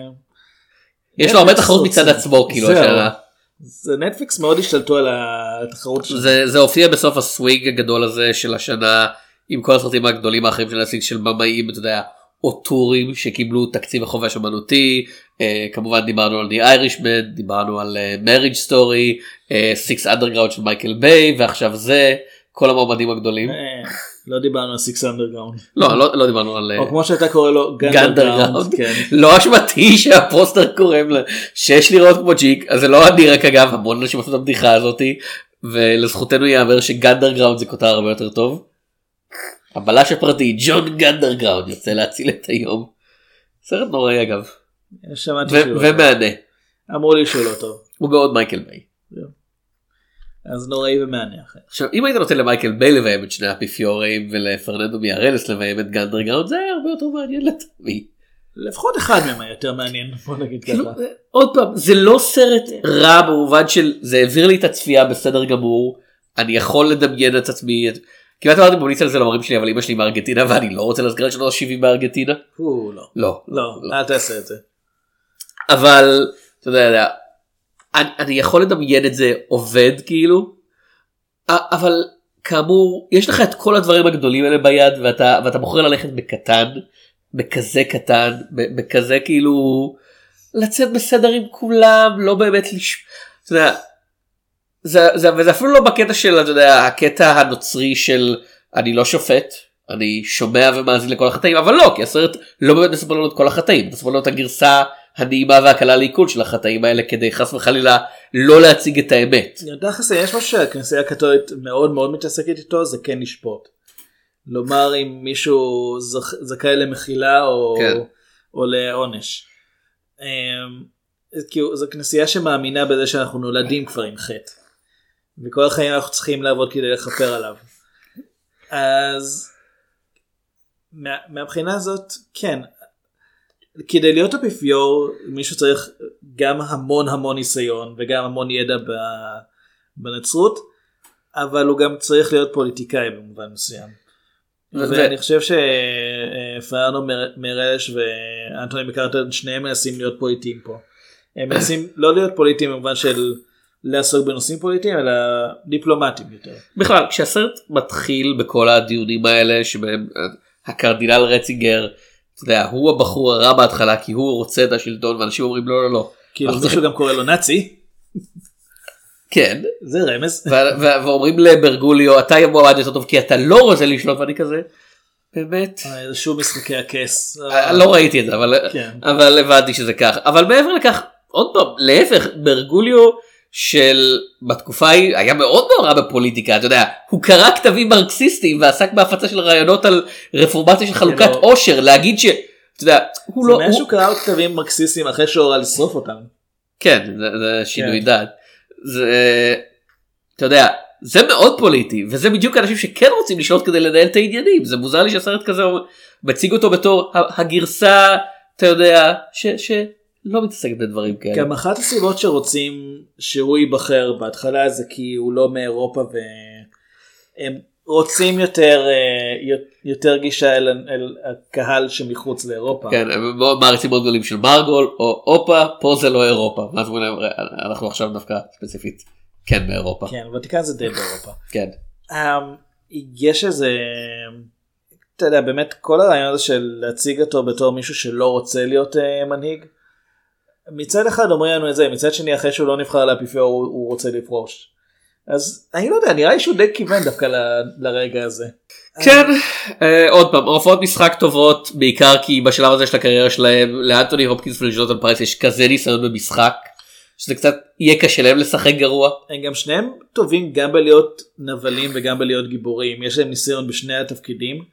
יש לו הרבה תחרות מצד עצמו, כאילו, השאלה. זה נטפליקס מאוד השתלטו על התחרות שלו. זה הופיע בסוף הסוויג הגדול הזה של השנה, עם כל הסרטים הגדולים האחרים של נטפליקס של במאים, אתה יודע, אוטורים שקיבלו תקציב החובש אמנותי, כמובן דיברנו על The Irishman, דיברנו על Marriage Story, Six Underground של מייקל ביי, ועכשיו זה, כל המועמדים הגדולים. לא דיברנו על Six Underground. לא דיברנו על... או כמו שאתה קורא לו, גנדרגראונד. לא אשמתי שהפוסטר קוראים שיש לראות כמו ג'יק, אז זה לא אני רק אגב, המון אנשים עשו את הבדיחה הזאת, ולזכותנו יאמר שגנדרגראונד זה כותר הרבה יותר טוב. הבלש הפרטי, ג'ון גנדרגראונד, יוצא להציל את היום. סרט נוראי אגב. ומענה. אמרו לי שהוא לא טוב. הוא מאוד מייקל ביי. אז נוראי ומענה אחר. עכשיו, אם היית נותן למייקל ביי לביים את שני האפיפיורים, ולפרננדו מיארלס לביים את גנדרגראונד, זה היה הרבה יותר מעניין לטעמי. לפחות אחד מהם היה יותר מעניין, בוא נגיד ככה. עוד פעם, זה לא סרט רע במובן של, זה העביר לי את הצפייה בסדר גמור, אני יכול לדמיין את עצמי, כמעט אמרתי ממליץ על זה למורים שלי, אבל אמא שלי מארגנטינה, ואני לא רוצה להסגר את שנות ה-70 בארגנטינה. לא, אל תעשה את זה. אבל, אתה יודע, אני יכול לדמיין את זה עובד כאילו, אבל כאמור, יש לך את כל הדברים הגדולים האלה ביד, ואתה בוחר ללכת בקטן, בכזה קטן, בכזה כאילו, לצאת בסדר עם כולם, לא באמת אתה יודע, וזה אפילו לא בקטע של, אתה יודע, הקטע הנוצרי של אני לא שופט, אני שומע ומאזין לכל החטאים, אבל לא, כי הסרט לא באמת מספר לנו את כל החטאים, מספר לנו את הגרסה הנעימה והקלה לעיכול של החטאים האלה, כדי חס וחלילה לא להציג את האמת. יש משהו שהכנסייה הקתולית מאוד מאוד מתעסקת איתו, זה כן לשפוט. לומר אם מישהו זכאי למחילה או לעונש. זו כנסייה שמאמינה בזה שאנחנו נולדים כבר עם חטא. וכל החיים אנחנו צריכים לעבוד כדי לכפר עליו. אז מהבחינה הזאת, כן. כדי להיות אפיפיור, מישהו צריך גם המון ניסיון וגם המון ידע בנצרות, אבל הוא גם צריך להיות פוליטיקאי במובן מסוים. ואני חושב שפרנו מרלש ואנטוני מקארטר, שניהם מנסים להיות פוליטיים פה. הם מנסים לא להיות פוליטיים במובן של לעסוק בנושאים פוליטיים, אלא דיפלומטיים יותר. בכלל, כשהסרט מתחיל בכל הדיונים האלה, שבהם הקרדינל רצינגר, אתה יודע, הוא הבחור הרע בהתחלה, כי הוא רוצה את השלטון, ואנשים אומרים לא, לא, לא. כאילו מישהו גם קורא לו נאצי. כן. זה רמז. ואומרים לברגוליו, אתה מועמד יותר טוב, כי אתה לא רוצה לשלוט, ואני כזה, באמת. זה שוב משחקי הכס. לא ראיתי את זה, אבל הבנתי שזה כך. אבל מעבר לכך, עוד פעם, להפך, ברגוליו של בתקופה היא היה מאוד נורא בפוליטיקה, אתה יודע, הוא קרא כתבים מרקסיסטיים ועסק בהפצה של רעיונות על רפורמציה של חלוקת עושר, להגיד ש... אתה יודע, הוא לא... זה משהו קרא כתבים מרקסיסטיים אחרי שהורה לשרוף אותם. כן, זה שינוי דעת. אתה יודע, זה מאוד פוליטי, וזה בדיוק אנשים שכן רוצים לשלוט כדי לנהל את העניינים. זה מוזר לי שהסרט כזה מציג אותו בתור הגרסה, אתה יודע, לא מתעסקת בדברים כאלה. גם אחת הסיבות שרוצים שהוא ייבחר בהתחלה זה כי הוא לא מאירופה והם רוצים יותר גישה אל הקהל שמחוץ לאירופה. כן, הם מעריצים מאוד גדולים של מרגול או אופה, פה זה לא אירופה. ואז אנחנו עכשיו דווקא ספציפית כן באירופה. כן, ותיקן זה די באירופה. כן. יש איזה... אתה יודע, באמת כל הרעיון הזה של להציג אותו בתור מישהו שלא רוצה להיות מנהיג, מצד אחד אומרים לנו את זה, מצד שני אחרי שהוא לא נבחר לאפיפיור הוא רוצה לפרוש. אז אני לא יודע, נראה לי שהוא די כיוון דווקא לרגע הזה. כן, עוד פעם, הופעות משחק טובות, בעיקר כי בשלב הזה של הקריירה שלהם, לאנטוני הופקינס ולג'ונתן פרייס יש כזה ניסיון במשחק, שזה קצת יהיה קשה להם לשחק גרוע. הם גם שניהם טובים גם בלהיות נבלים וגם בלהיות גיבורים, יש להם ניסיון בשני התפקידים,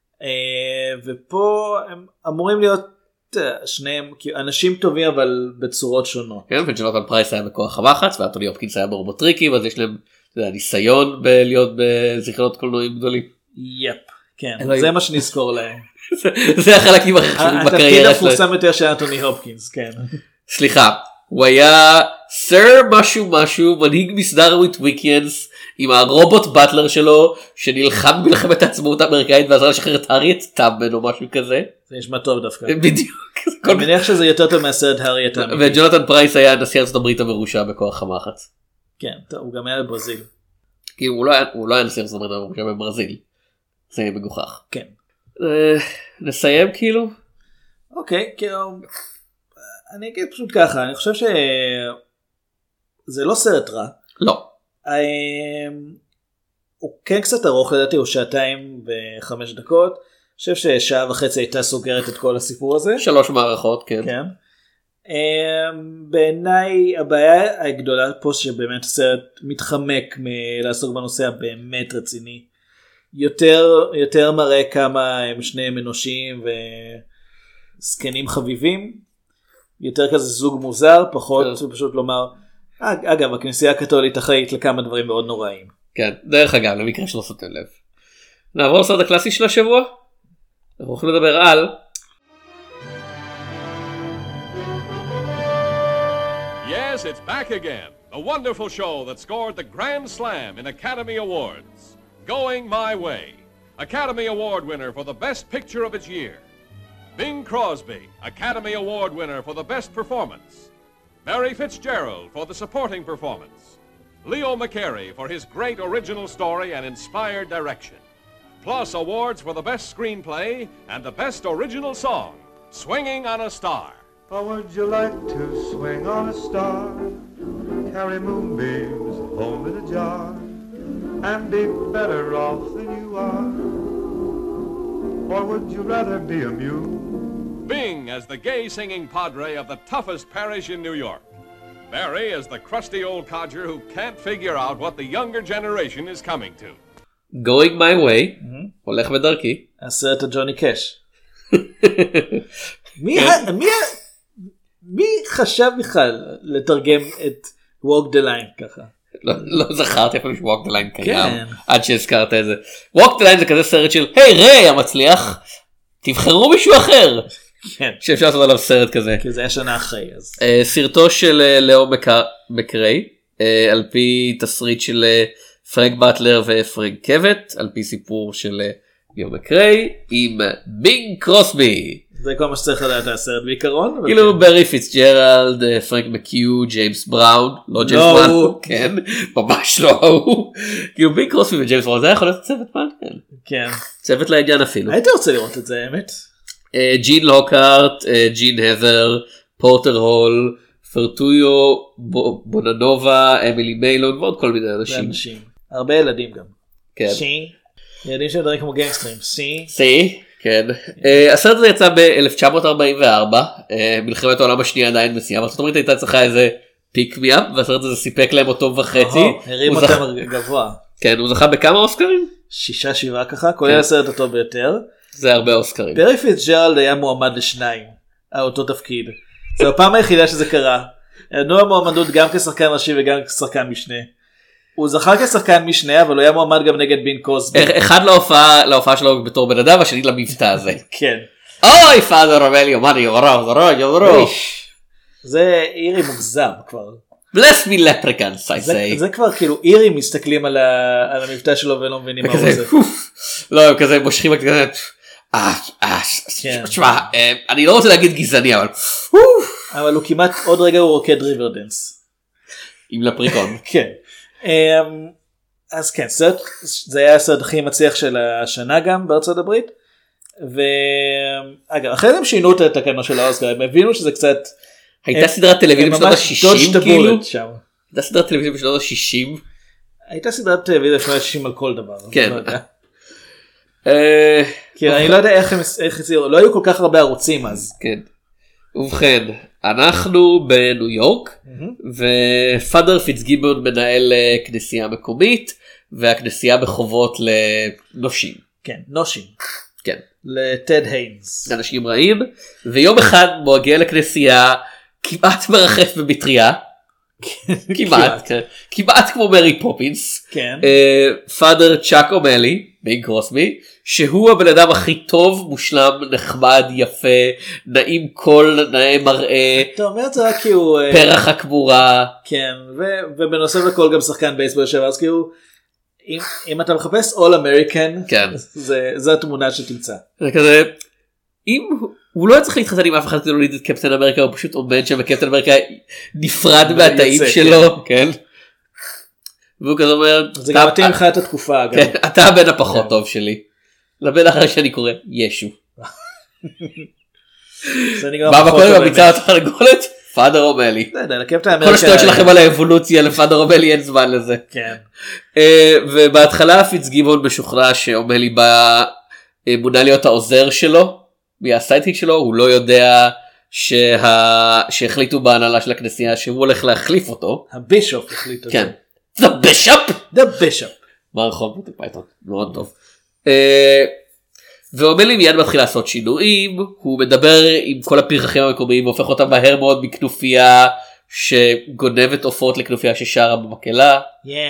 ופה הם אמורים להיות שניהם אנשים טובים אבל בצורות שונות. כן, וג'ונתן פרייס היה בכוח המחץ, ואנטוני הופקינס היה ברובוטריקים, אז יש להם ניסיון בלהיות בזיכרונות קולנועים גדולים. יפ, כן, זה מה שנזכור להם. זה החלקים הכי חשובים בקריירה שלהם. התפקיד המפורסם יותר של אנטוני הופקינס, כן. סליחה, הוא היה סר משהו, מנהיג מסדר וויט וויקנס, עם הרובוט באטלר שלו, שנלחם במלחמת העצמאות האמריקאית, ועזר לשחרר את הארי טאבמן או משהו כזה. זה נשמע טוב דווקא. בדיוק. אני מניח שזה יותר טוב מהסרט הארי טאבמן. וג'ונתן פרייס היה נשיא ארצות הברית המרושע בכוח המחץ. כן, הוא גם היה בברזיל. כי הוא לא היה נשיא ארצות הברית המרושע בברזיל. זה מגוחך. כן. נסיים כאילו? אוקיי, כאילו, אני אגיד פשוט ככה, אני חושב שזה לא סרט רע. לא. הוא כן קצת ארוך, לדעתי הוא 2:05. אני חושב ששעה וחצי הייתה סוגרת את כל הסיפור הזה. 3 מערכות, כן. כן. בעיניי הבעיה הגדולה פה שבאמת הסרט מתחמק מלעסוק בנושא הבאמת רציני. יותר מראה כמה הם שניהם אנושיים וסקנים חביבים. יותר כזה זוג מוזר, פחות פשוט לומר, אגב, הכנסייה הקתולית אחראית לכמה דברים מאוד נוראים. כן, דרך אגב, למקרה שלא שמתם לב. נעבור לסרט הקלאסי של השבוע. אנחנו הולכים לדבר על... Yes, it's back again. The wonderful show that scored the Grand Slam in Academy Awards. Going My Way. Academy Award winner for the best picture of its year. Bing Crosby, Academy Award winner for the best performance. Mary Fitzgerald for the supporting performance. Leo McCarey for his great original story and inspired direction. Plus awards for the best screenplay and the best original song, Swinging on a Star. How would you like to swing on a star, carry moonbeams home in a jar, and be better off than you are? Or would you rather be a mule? Bing as the gay singing padre of the toughest parish in New York. Barry as the crusty old codger who can't figure out what the younger generation is coming to. Going My Way, הולך בדרכי. הסרט הג'וני קאש. מי חשב בכלל לתרגם את Walk the Line ככה? לא זכרתי אפילו ש-Walk the Line קיים, עד שהזכרת את זה. Walk the Line זה כזה סרט של, היי ריי המצליח, תבחרו מישהו אחר. שאפשר לעשות עליו סרט כזה. כי זה היה שנה אחרי. סרטו של לאו מקריי, על פי תסריט של פרנק באטלר ופרנק קווט, על פי סיפור של לאו מקריי, עם בינג קרוסבי. זה כל מה שצריך לדעת הסרט בעיקרון. כאילו ברי פיצג'רלד, פרנק מקיו, ג'יימס בראון, לא ג'יימס בראון, כן, ממש לא הוא. כאילו בינג קרוסבי וג'יימס בראון, זה יכול להיות צוות מעניין. כן. צוות לעניין אפילו. הייתי רוצה לראות את זה, האמת. ג'ין לוקארט, ג'ין הזר, פורטר הול, פרטויו, בוננובה, אמילי מיילון, ועוד כל מיני אנשים. הרבה ילדים גם. כן. ילדים שמדברים כמו גנגסטרים. סי, כן. הסרט הזה יצא ב-1944, מלחמת העולם השנייה עדיין בסיים, ארצות הברית הייתה צריכה איזה פיק מי אפ, והסרט הזה סיפק להם אותו וחצי. הרים אותם גבוה. כן, הוא זכה בכמה אוסקרים? 6-7 ככה, כולל הסרט הטוב ביותר. זה הרבה אוסקרים. ברי פיצג'רלד היה מועמד ל2 על אותו תפקיד. זו הפעם היחידה שזה קרה. נתנו המועמדות גם כשחקן ראשי וגם כשחקן משנה. הוא זכה כשחקן משנה, אבל הוא היה מועמד גם נגד בין קוסבי. אחד להופעה שלו בתור בן אדם, השני למבטא הזה. כן. אוי, פאדר רומליו, מה אני יורו. זה אירי מוגזם כבר. Bless me leprechauns, I say. זה כבר כאילו אירי מסתכלים על המבטא שלו ולא מבינים מה הוא עושה. לא, הם כזה מושכים כזה. תשמע, אני לא רוצה להגיד גזעני, אבל הוא כמעט עוד רגע הוא רוקד ריברדנס. עם לפריקון. כן. אז כן, זה היה הסרט הכי מצליח של השנה גם בארצות הברית. ואגב, אחרי זה הם שינו את התקנות של האוסקר, הם הבינו שזה קצת... הייתה סדרת טלוויזיה בשנות ה-60 כאילו? הייתה סדרת טלוויזיה בשנות ה-60? הייתה סדרת טלוויזיה שנות ה-60 על כל דבר. כן. כי אני לא יודע איך הציעו, לא היו כל כך הרבה ערוצים אז. כן. ובכן, אנחנו בניו יורק, ופאדר פיטסגיבון מנהל כנסייה מקומית, והכנסייה בחובות לנושים. כן, נושים. כן. לטד היינס. אנשים רעים, ויום אחד הוא מגיע לכנסייה, כמעט מרחף במטריה. כמעט כמו מרי פופינס. כן. פאדר צ'אק אומלי, ביג קרוסבי, שהוא הבן אדם הכי טוב, מושלם, נחמד, יפה, נעים קול, נעים מראה. אתה אומר את זה רק כי הוא... פרח הכבורה. כן, ובנוסף לכל גם שחקן בייסבול יושב, אז כי הוא... אם אתה מחפש All American, כן. זו התמונה שתמצא. זה כזה, אם הוא לא צריך להתחתן עם אף אחד כדי להוליד את קפטן אמריקה, הוא פשוט עומד שם וקפטן אמריקה נפרד מהתאים שלו, כן. והוא כזה אומר, זה גם מתאים לך את התקופה. אתה הבן הפחות טוב שלי. לבן אחרי שאני קורא ישו. מה קורה בביצה התרנגולת? פאדר אומלי. כל השטויות שלכם על האבולוציה לפאדר אומלי אין זמן לזה. כן. ובהתחלה פיטסגיבון משוכנע שאומלי בא מונה להיות העוזר שלו, מהסיידקיק שלו, הוא לא יודע שהחליטו בהנהלה של הכנסייה שהוא הולך להחליף אותו. הבישופ החליט את זה. כן. The Bishop? The Bishop. מערכון מוטי פייתון, מאוד טוב. ואומלי מיד מתחיל לעשות שינויים, הוא מדבר עם כל הפרחחים המקומיים, והופך אותם מהר מאוד מכנופיה שגונבת עופות לכנופיה ששרה במקהלה.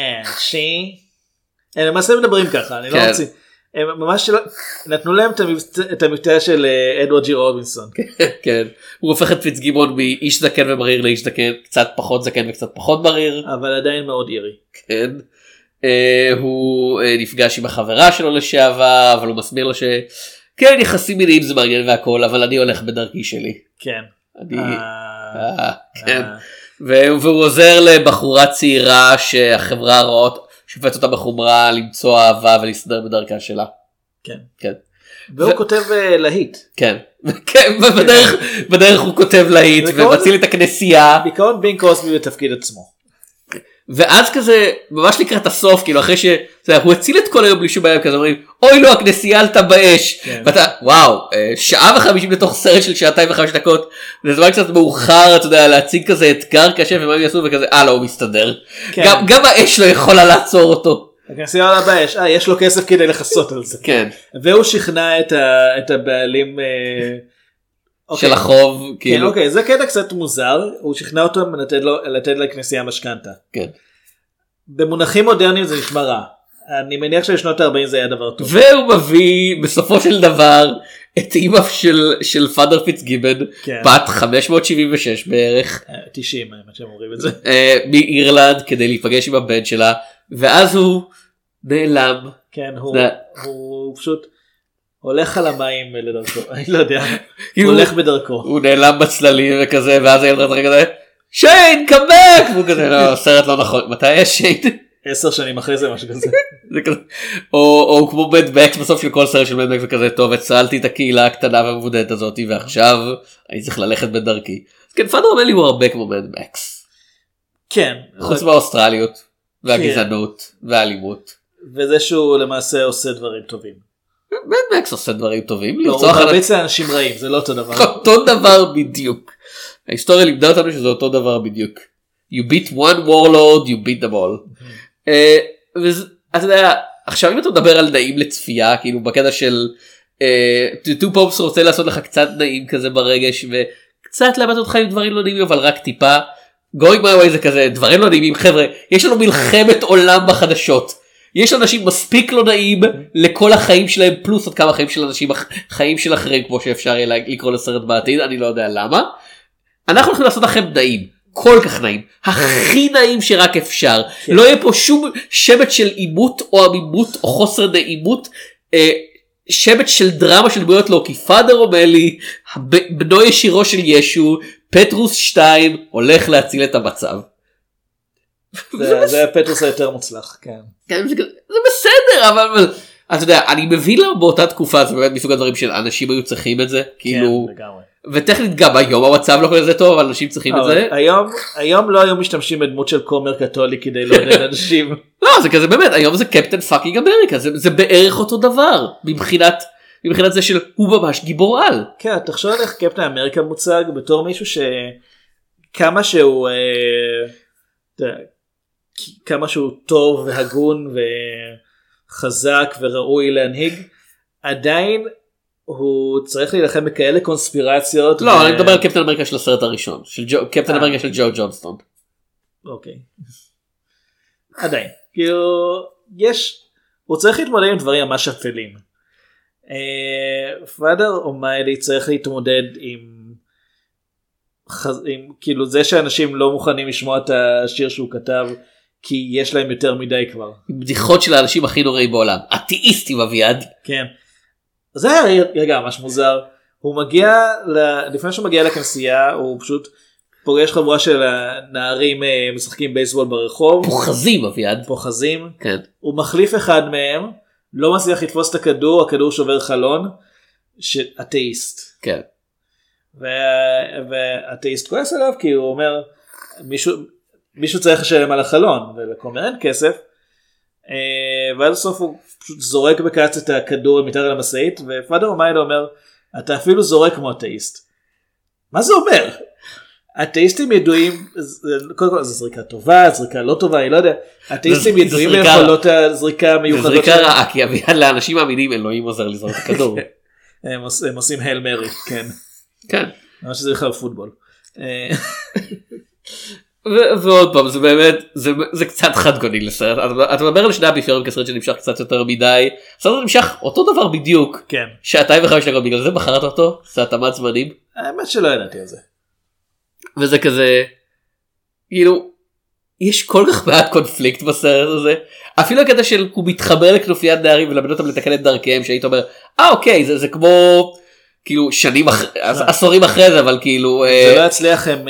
הם למעשה מדברים ככה, אני לא רוצה... הם ממש נתנו להם את המבטא של אדוארד ג'י רובינסון. כן, הוא הופך את פיטסגיבון מאיש זקן ומריר לאיש זקן, קצת פחות זקן וקצת פחות מריר. אבל עדיין מאוד אירי. כן. הוא נפגש עם החברה שלו לשעבר, אבל הוא מסביר לו שכן, יחסים מיניים זה מעניין והכל, אבל אני הולך בדרכי שלי. כן. כן. והוא עוזר לבחורה צעירה שהחברה רואות, שופט אותה בחומרה למצוא אהבה ולהסתדר בדרכה שלה. כן. כן. והוא כותב להיט. כן. בדרך הוא כותב להיט ומציל את הכנסייה. בעיקרון בינג קוסבי בתפקיד עצמו. ואז כזה ממש לקראת הסוף, כאילו אחרי שהוא הציל את כל היום בלי שום בעיה, כזה אומרים אוי לא, הכנסייה עלתה באש, ואתה וואו, שעה ו50 לתוך סרט של 2:05 דקות, זה זמן קצת מאוחר, אתה יודע, להציג כזה אתגר קשה ומה הם יעשו, וכזה לא, הוא מסתדר, גם האש לא יכולה לעצור אותו. הכנסייה עולה באש, יש לו כסף כדי לחסות על זה. כן. והוא שכנע את הבעלים של החוב. כן, אוקיי, זה קטע קצת מוזר, הוא שכנע אותו לתת לכנסייה משכנתה. כן. במונחים מודרניים זה נשמע רע. אני מניח שבשנות ה-40 זה היה דבר טוב. והוא מביא בסופו של דבר את אימא של פאדר פיטסגיבון, בת 576 בערך. 90, מה שהם אומרים את זה. מאירלנד כדי להיפגש עם הבן שלה, ואז הוא נעלם. כן, הוא פשוט הולך על המים לדרכו, אני לא יודע, הוא הולך בדרכו. הוא נעלם בצללים וכזה, ואז הילד רצה כזה, שיין, קמק! והוא כזה, לא, סרט לא נכון, מתי יש שיין? 10 שנים אחרי זה, משהו כזה. או כמו מדמקס בסוף של כל סרט של מדמקס וכזה, טוב, הצלתי את הקהילה הקטנה והמבודדת הזאת, ועכשיו אני צריך ללכת בדרכי. כן, פאדר אומלי הוא הרבה כמו מדמקס. כן. חוץ מהאוסטרליות, והגזענות, והאלימות. וזה שהוא למעשה עושה דברים טובים. מדמקס עושה דברים טובים. לא, הוא מרביץ לאנשים רעים, זה לא אותו דבר. אותו דבר בדיוק. ההיסטוריה לימדה אותנו שזה אותו דבר בדיוק. You beat one warlord, you beat them all. אתה יודע, עכשיו אם אתה מדבר על נעים לצפייה, כאילו בקטע של טו פופס רוצה לעשות לך קצת נעים כזה ברגש, וקצת למד אותך עם דברים לא נעימים, אבל רק טיפה. Going my way זה כזה, דברים לא נעימים, חבר'ה, יש לנו מלחמת עולם בחדשות. יש אנשים מספיק לא נעים לכל החיים שלהם, פלוס עוד כמה חיים של אנשים, חיים של אחרים, כמו שאפשר לקרוא לסרט בעתיד, אני לא יודע למה. אנחנו הולכים לעשות לכם נעים. כל כך נעים, הכי נעים שרק אפשר, לא יהיה פה שום שבט של עימות או עמימות או חוסר נעימות, שבט של דרמה של דמויות לא, כי פאדר אומלי, בנו ישירו של ישו, פטרוס 2 הולך להציל את המצב. זה הפטרוס היותר מוצלח, כן. זה בסדר, אבל אתה יודע, אני מבין למה באותה תקופה, זה באמת מסוג הדברים של אנשים היו צריכים את זה, כאילו, וטכנית גם היום המצב לא כזה טוב, אבל אנשים צריכים את זה. היום לא היו משתמשים בדמות של כומר קתולי כדי לעודד אנשים. לא, זה כזה באמת, היום זה קפטן פאקינג אמריקה, זה בערך אותו דבר, מבחינת זה של הוא ממש גיבור על. כן, תחשוב על איך קפטן אמריקה מוצג בתור מישהו כמה שהוא כמה שהוא טוב והגון וחזק וראוי להנהיג, עדיין הוא צריך להילחם בכאלה קונספירציות. לא, אני מדבר על קפטן אמריקה של הסרט הראשון, קפטן אמריקה של ג'ו ג'ונסטון. אוקיי. עדיין, כאילו, הוא צריך להתמודד עם דברים ממש אפלים. פאדר אומיילי צריך להתמודד עם כאילו זה שאנשים לא מוכנים לשמוע את השיר שהוא כתב, כי יש להם יותר מדי כבר. בדיחות של האנשים הכי נוראים בעולם, אתאיסטים אביעד. כן. זה היה רגע ממש מוזר. הוא מגיע, לפני שהוא מגיע לכנסייה, הוא פשוט פוגש חבורה של נערים משחקים בייסבול ברחוב. פוחזים אביעד. פוחזים. כן. הוא מחליף אחד מהם, לא מצליח לתפוס את הכדור שובר חלון, אתאיסט. כן. והאתאיסט כועס עליו, כי הוא אומר, מישהו צריך לשלם על החלון, ולכומר אין כסף. ועד הסוף הוא פשוט זורק בקץ את הכדור מתחת למשאית, ופאדר אומיילי אומר, אתה אפילו זורק כמו אתאיסט. מה זה אומר? אתאיסטים ידועים, קודם כל זו זריקה טובה, זריקה לא טובה, אני לא יודע, אתאיסטים ידועים ליכולות הזריקה המיוחדות. זו זריקה רעה, כי לאנשים מאמינים אלוהים עוזר לזרוק את הכדור. הם עושים הייל מרי, כן. כן. אני חושב שזה בכלל פוטבול. ועוד פעם, זה באמת, זה קצת חד גוני לסרט. אתה מדבר על שני האפיפיורים כסרט שנמשך קצת יותר מדי, הסרט נמשך אותו דבר בדיוק. כן. 2:05 דקות, בגלל זה בחרת אותו, זה התאמת זמנים. האמת שלא ידעתי על זה. וזה כזה, כאילו, יש כל כך מעט קונפליקט בסרט הזה, אפילו הקטע של הוא מתחבר לכנופיית נערים ולמד אותם לתקן את דרכיהם, שהיית אומר, אוקיי, זה כמו, כאילו, שנים אחרי, עשורים אחרי זה, אבל כאילו... זה לא יצליח, הם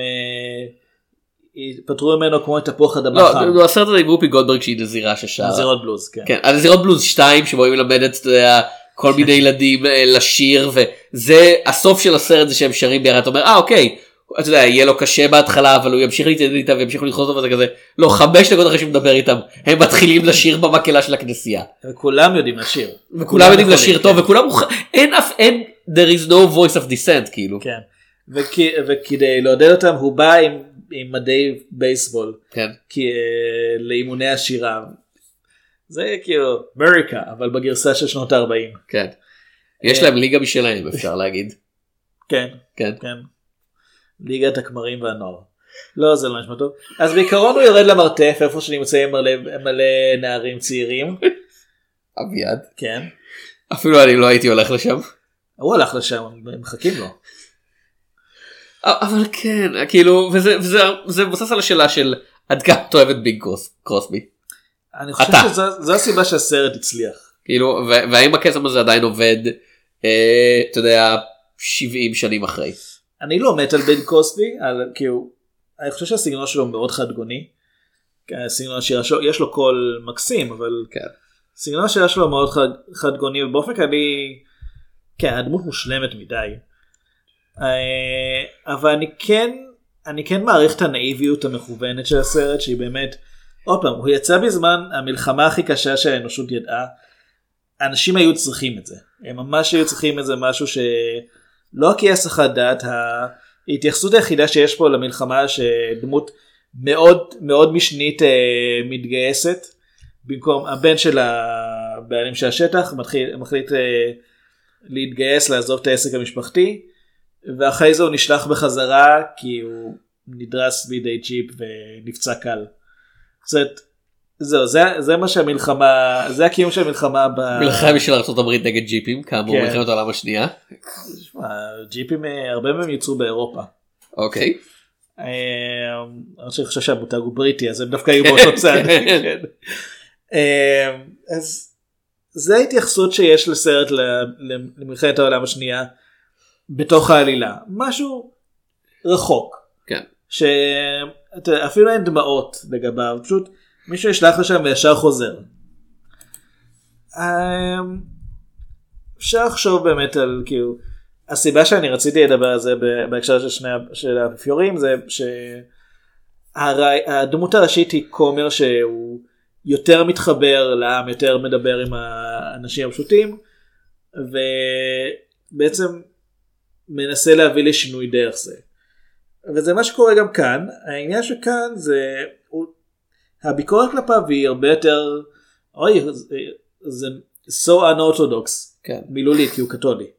פתרו ממנו כמו את תפוח אדמה חם. לא, הסרט הזה עם רופי גולדברג שהיא נזירה ששרה. נזירות בלוז, כן. כן, נזירות בלוז 2, שבו היא מלמדת כל מיני ילדים לשיר, וזה, הסוף של הסרט זה שהם שרים ביחד, אתה אומר, אוקיי, אתה יודע, יהיה לו קשה בהתחלה, אבל הוא ימשיך להתיידד איתם וימשיך לדחות אותו, וזה כזה, לא, 5 דקות אחרי שהוא מדבר איתם, הם מתחילים לשיר במקהלה של הכנסייה. וכולם יודעים לשיר. וכולם יודעים לשיר טוב, וכולם, אין, there is no voice of dissent, כאילו. כן, וכדי לעודד אותם, הוא בא עם מדי בייסבול, כן. לאימוני השירה. זה כאילו, אמריקה, אבל בגרסה של שנות ה-40. כן. יש להם ליגה משלהם, אפשר להגיד. כן. כן. כן. ליגת הכמרים והנוער. לא, זה לא נשמע טוב. אז בעיקרון הוא יורד למרתף, איפה שנמצאים מלא נערים צעירים. אביעד. כן. אפילו אני לא הייתי הולך לשם. הוא הלך לשם, הם מחכים לו. אבל כן, כאילו, וזה מבוסס על השאלה של עד כמה אתה אוהב את ביג קרוסבי. אני חושב שזו הסיבה שהסרט הצליח. כאילו, והאם הקסם הזה עדיין עובד, אתה יודע, 70 שנים אחרי. אני לא מת על ביג קרוסבי, כאילו, אני חושב שהסגנון שלו מאוד חדגוני. הסגנון השירה שלו, יש לו קול מקסים, אבל הסגנון השירה שלו מאוד חדגוני, ובאופן כללי, כן, הדמות מושלמת מדי. אבל אני כן מעריך את הנאיביות המכוונת של הסרט, שהיא באמת, עוד פעם, הוא יצא בזמן המלחמה הכי קשה שהאנושות ידעה, אנשים היו צריכים את זה, הם ממש היו צריכים את זה, משהו שלא כהיסח הדעת, ההתייחסות היחידה שיש פה למלחמה, שדמות מאוד מאוד משנית מתגייסת, במקום הבן של הבעלים של השטח, מחליט להתגייס, לעזוב את העסק המשפחתי, ואחרי זה הוא נשלח בחזרה כי הוא נדרס בידי ג'יפ ונפצע קל. זה מה שהמלחמה, זה הקיום של המלחמה מלחמה של ארצות הברית נגד ג'יפים, כאמור מלחמת העולם השנייה. ג'יפים, הרבה מהם יצאו באירופה. אוקיי. אני חושב שהמותג הוא בריטי, אז הם דווקא היו באותו צד. אז זה ההתייחסות שיש לסרט למלחמת העולם השנייה, בתוך העלילה, משהו רחוק, כן. שאפילו אין דמעות לגביו, פשוט מישהו ישלח לשם וישר חוזר. אפשר לחשוב באמת על, כאילו, הסיבה שאני רציתי לדבר על זה בהקשר של האפיפיורים, זה שהדמות הראשית היא כומר שהוא יותר מתחבר לעם, יותר מדבר עם האנשים הפשוטים, ובעצם מנסה להביא לשינוי דרך זה. וזה מה שקורה גם כאן. העניין שכאן זה, הביקורת כלפיו היא הרבה יותר, זה so unorthodox, כן. מילולית, כי הוא קתולי.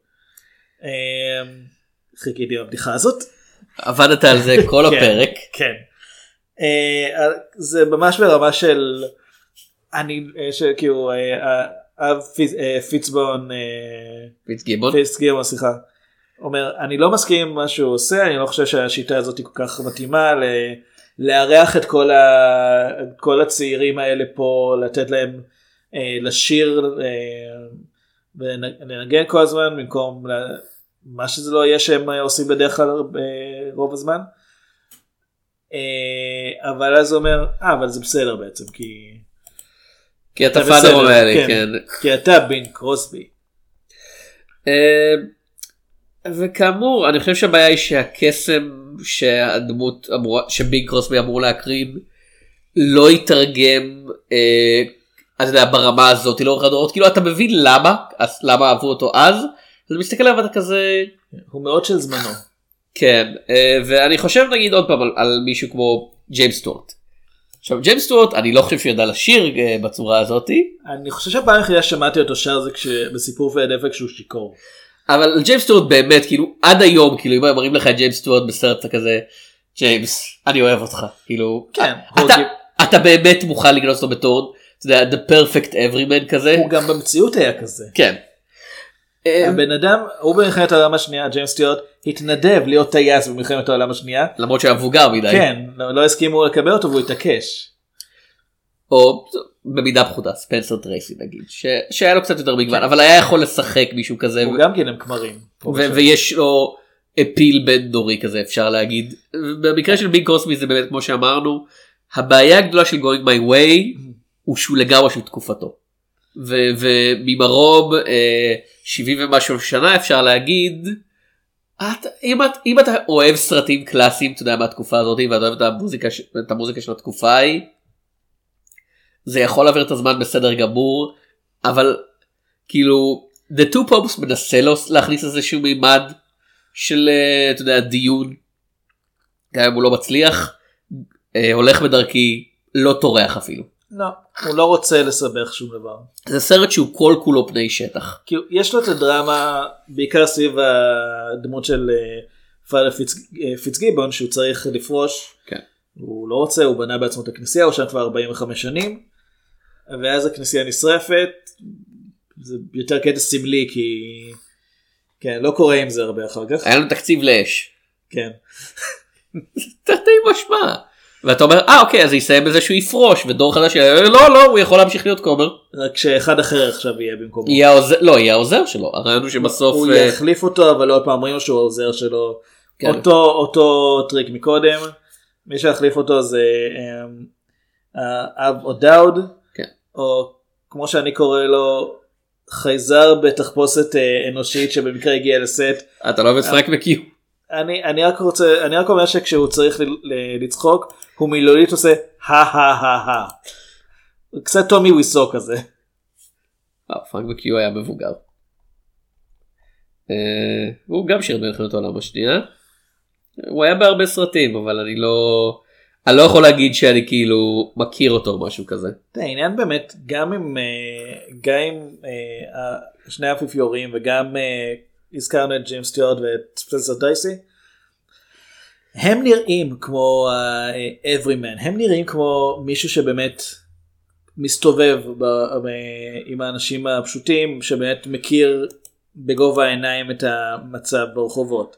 חיכיתי בבדיחה הזאת. עבדת על זה כל הפרק. כן. זה ממש ברמה של, כאילו, פיצגיבון, סליחה. אומר, אני לא מסכים עם מה שהוא עושה, אני לא חושב שהשיטה הזאת היא כל כך מתאימה לארח את כל הצעירים האלה פה, לתת להם לשיר ולנגן כל הזמן, במקום מה שזה לא יהיה שהם עושים בדרך כלל רוב הזמן. אבל אז הוא אומר, אבל זה בסדר בעצם, כי אתה פאדר האלה, כן. כי אתה בינג קרוסבי. וכאמור, אני חושב שהבעיה היא שהקסם שהדמות שבינג קרוסבי אמור להקרין לא יתרגם, אתה יודע, ברמה הזאת, לא רדורות, כאילו אתה מבין למה אהבו אותו אז, אז מסתכל עליו אתה כזה, הוא מאוד של זמנו. כן, ואני חושב נגיד עוד פעם על מישהו כמו ג'יימס סטוארט. עכשיו ג'יימס סטוארט, אני לא חושב שהוא ידע לשיר בצורה הזאת. אני חושב שהפעם היחידה שמעתי אותו שר זה בסיפור והדפק שהוא שיקור. אבל ג'יימס סטוארט באמת, כאילו עד היום, כאילו אם מראים לך את ג'יימס סטוארט בסרט כזה, ג'יימס, אני אוהב אותך, כאילו, כן, אתה באמת מוכן לגנות אותו בתור, אתה יודע, the perfect everyman כזה. הוא גם במציאות היה כזה. כן. הבן אדם, הוא במלחמת העולם השנייה, ג'יימס סטוארט, התנדב להיות טייס במלחמת העולם השנייה. למרות שהיה מבוגר מדי. כן, לא הסכימו לקבל אותו והוא התעקש. או במידה פחותה, ספנסר טרייסי נגיד, שהיה לו קצת יותר מגוון, אבל היה יכול לשחק מישהו כזה. הוא גם כן הם כמרים. ויש לו אפיל בין דורי כזה, אפשר להגיד. במקרה של בינג קרוסבי זה באמת כמו שאמרנו, הבעיה הגדולה של Going My Way, הוא שהוא לגמרי של תקופתו. וממרום 70 ומשהו שנה אפשר להגיד, אם אתה אוהב סרטים קלאסיים, אתה יודע מהתקופה הזאת, ואתה אוהב את המוזיקה של התקופה ההיא, זה יכול להעביר את הזמן בסדר גמור, אבל כאילו, The Two Popes מנסה להכניס איזשהו מימד של, אתה יודע, דיון, גם אם הוא לא מצליח, הולך בדרכי, לא טורח אפילו. לא, הוא לא רוצה לסבך שום דבר. זה סרט שהוא כל כולו פני שטח. כי יש לו את הדרמה, בעיקר סביב הדמות של פאדר פיצגיבון, שהוא צריך לפרוש. כן. הוא לא רוצה, הוא בנה בעצמו את הכנסייה, הוא שם כבר 45 שנים, ואז הכנסייה נשרפת, זה יותר קטע סמלי, כי כן, לא קורה עם זה הרבה אחר כך. היה לנו תקציב לאש. כן. תרתי משמע. ואתה אומר, אוקיי, אז יסיים בזה שהוא יפרוש, ודור חדש, לא, הוא יכול להמשיך להיות כומר. רק שאחד אחר עכשיו יהיה במקומו. יהיה העוזר שלו, הרעיון הוא שבסוף... הוא יחליף אותו, אבל עוד פעם אומרים לו שהוא העוזר שלו. אותו טריק מקודם, מי שיחליף אותו זה אב אודאוד, או כמו שאני קורא לו, חייזר בתחפושת אנושית שבמקרה הגיע לסט. אתה לא משחק בקיו. אני רק אומר שכשהוא צריך לצחוק, הוא מילולית עושה הא. קצת טומי וויסו כזה. פרנק בקיו היה מבוגר. הוא גם שיר במלחמת העולם השנייה. הוא היה בהרבה סרטים, אבל אני לא יכול להגיד שאני כאילו מכיר אותו או משהו כזה. העניין באמת, גם עם שני האפיפיורים וגם הזכרנו את ג'יימס סטוארט ואת ספנסר טרייסי, הם נראים כמו everyman, הם נראים כמו מישהו שבאמת מסתובב עם האנשים הפשוטים, שבאמת מכיר בגובה העיניים את המצב ברחובות.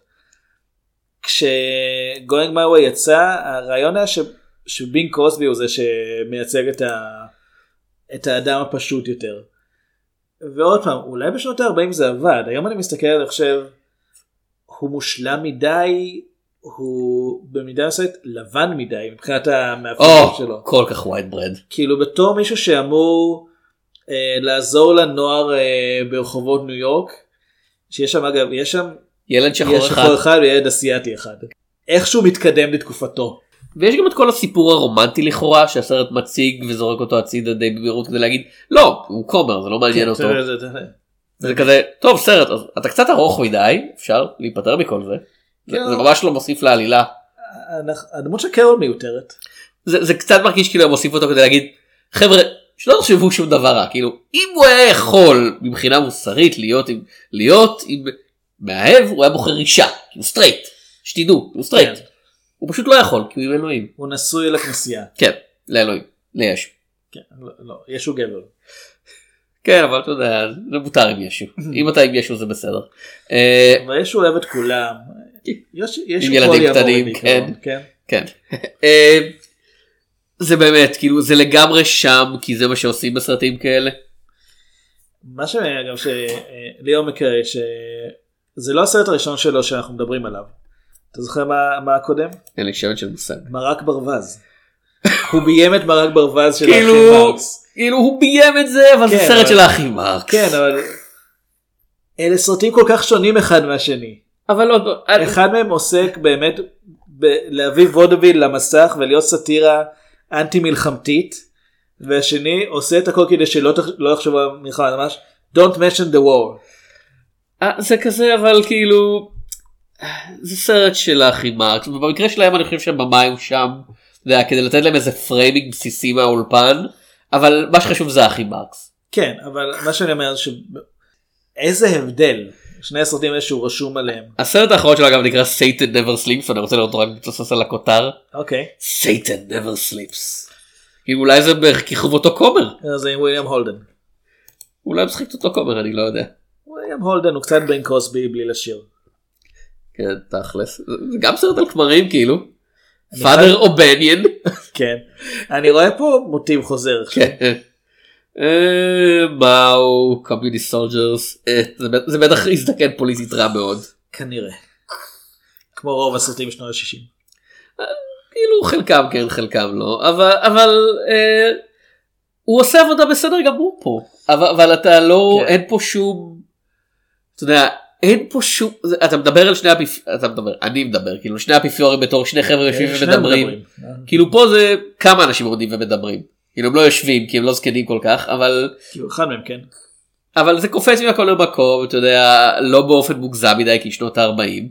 כש-Going My Way יצא, הרעיון היה שבינג קרוסבי הוא זה שמייצג את האדם הפשוט יותר. ועוד פעם, אולי בשנות ה-40 זה עבד, היום אני מסתכל על עכשיו, הוא מושלם מדי, הוא במידה מסוימת לבן מדי, מבחינת המאפיינות שלו. כל כך ווייט ברד. כאילו בתור מישהו שאמור לעזור לנוער ברחובות ניו יורק, שיש שם אגב, יש שם ילד שחור אחד וילד אסיאתי אחד. איכשהו מתקדם לתקופתו. ויש גם את כל הסיפור הרומנטי לכאורה שהסרט מציג וזורק אותו הצידה די במהירות כדי להגיד לא הוא כומר זה לא מעניין אותו. זה כזה טוב סרט אתה קצת ארוך מדי אפשר להיפטר מכל זה. זה ממש לא מוסיף לעלילה. הדמות של קרול מיותרת. זה קצת מרגיש כאילו הם מוסיף אותו כדי להגיד חבר'ה שלא תחשבו שום דבר רע כאילו אם הוא היה יכול מבחינה מוסרית להיות עם מאהב הוא היה בוחר אישה כאילו סטרייט שתדעו הוא סטרייט. הוא פשוט לא יכול כי הוא עם אלוהים. הוא נשוי לכנסייה. כן לאלוהים לישו. כן לא ישו גבר. כן אבל אתה יודע זה מותר עם ישו אם אתה עם ישו זה בסדר. אבל ישו אוהב את כולם. עם ילדים קטנים כן. זה באמת כאילו זה לגמרי שם כי זה מה שעושים בסרטים כאלה. מה שגם שליאור מקרה שזה לא הסרט הראשון שלו שאנחנו מדברים עליו. אתה זוכר מה הקודם? אין לי שמץ של מושג. מרק ברווז. הוא ביים את מרק ברווז של האחים מרקס. כאילו הוא ביים את זה אבל זה סרט של האחים מרקס. כן אבל אלה סרטים כל כך שונים אחד מהשני. אבל עוד אחד מהם עוסק באמת להביא וודוויל למסך ולהיות סאטירה אנטי מלחמתית והשני עושה את הכל כדי שלא יחשבו על מלחמה ממש don't mention the war. זה כזה אבל כאילו זה סרט של האחים מרקס ובמקרה שלהם אני חושב שבמה הוא שם כדי לתת להם איזה פריימינג בסיסי מהאולפן אבל מה שחשוב זה האחים מרקס. כן אבל מה שאני אומר איזה הבדל שני הסרטים האלה שהוא רשום עליהם. הסרט האחרון שלו גם נקרא Satan Never Sleeps ואני רוצה לראות רק מתוסס על הכותר. אוקיי. Satan Never Sleeps. כאילו אולי זה בכיכוב אותו קומר. זה עם וויליאם הולדן. אולי משחק אותו קומר אני לא יודע. וויליאם הולדן הוא קצת בן קוסבי בלי לשיר. כן תכלס. זה גם סרט על כמרים כאילו. Father O'Banion. כן. אני רואה פה מוטיב חוזר. כן. מאו, קומיוניסט סולג'רס, זה בטח הזדקן פוליטית רע מאוד. כנראה. כמו רוב הסרטים בשנות ה-60. כאילו חלקם כן חלקם לא, אבל הוא עושה עבודה בסדר גמור פה, אבל אתה לא, אין פה שום, אתה יודע, אין פה שום, אתה מדבר על שני אני מדבר, כאילו שני האפיפיורים בתור שני חבר'ה יושבים ומדברים, כאילו פה זה כמה אנשים עומדים ומדברים. כאילו הם לא יושבים כי הם לא זקנים כל כך אבל אחד מהם כן אבל זה קופץ מהכל למקום אתה יודע לא באופן מוגזם מדי כי שנות ה-40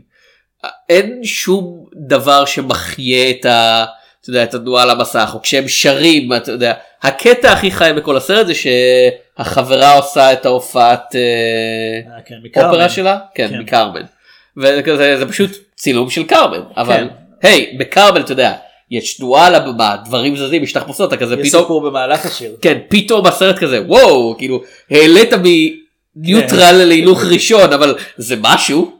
אין שום דבר שמחיה אתה יודע, את התנועה על המסך או כשהם שרים אתה יודע הקטע הכי חי בכל הסרט זה שהחברה עושה את ההופעת אופרה שלה כן מקרמן וזה פשוט צילום של קרמן אבל היי בקרמן אתה יודע יש תנועה על הבמה, דברים זזים, יש תחפושות, כזה פתאום... יש סיפור במהלך השיר. כן, פתאום הסרט כזה, וואו, כאילו, העלית מניוטרל להילוך ראשון, אבל זה משהו.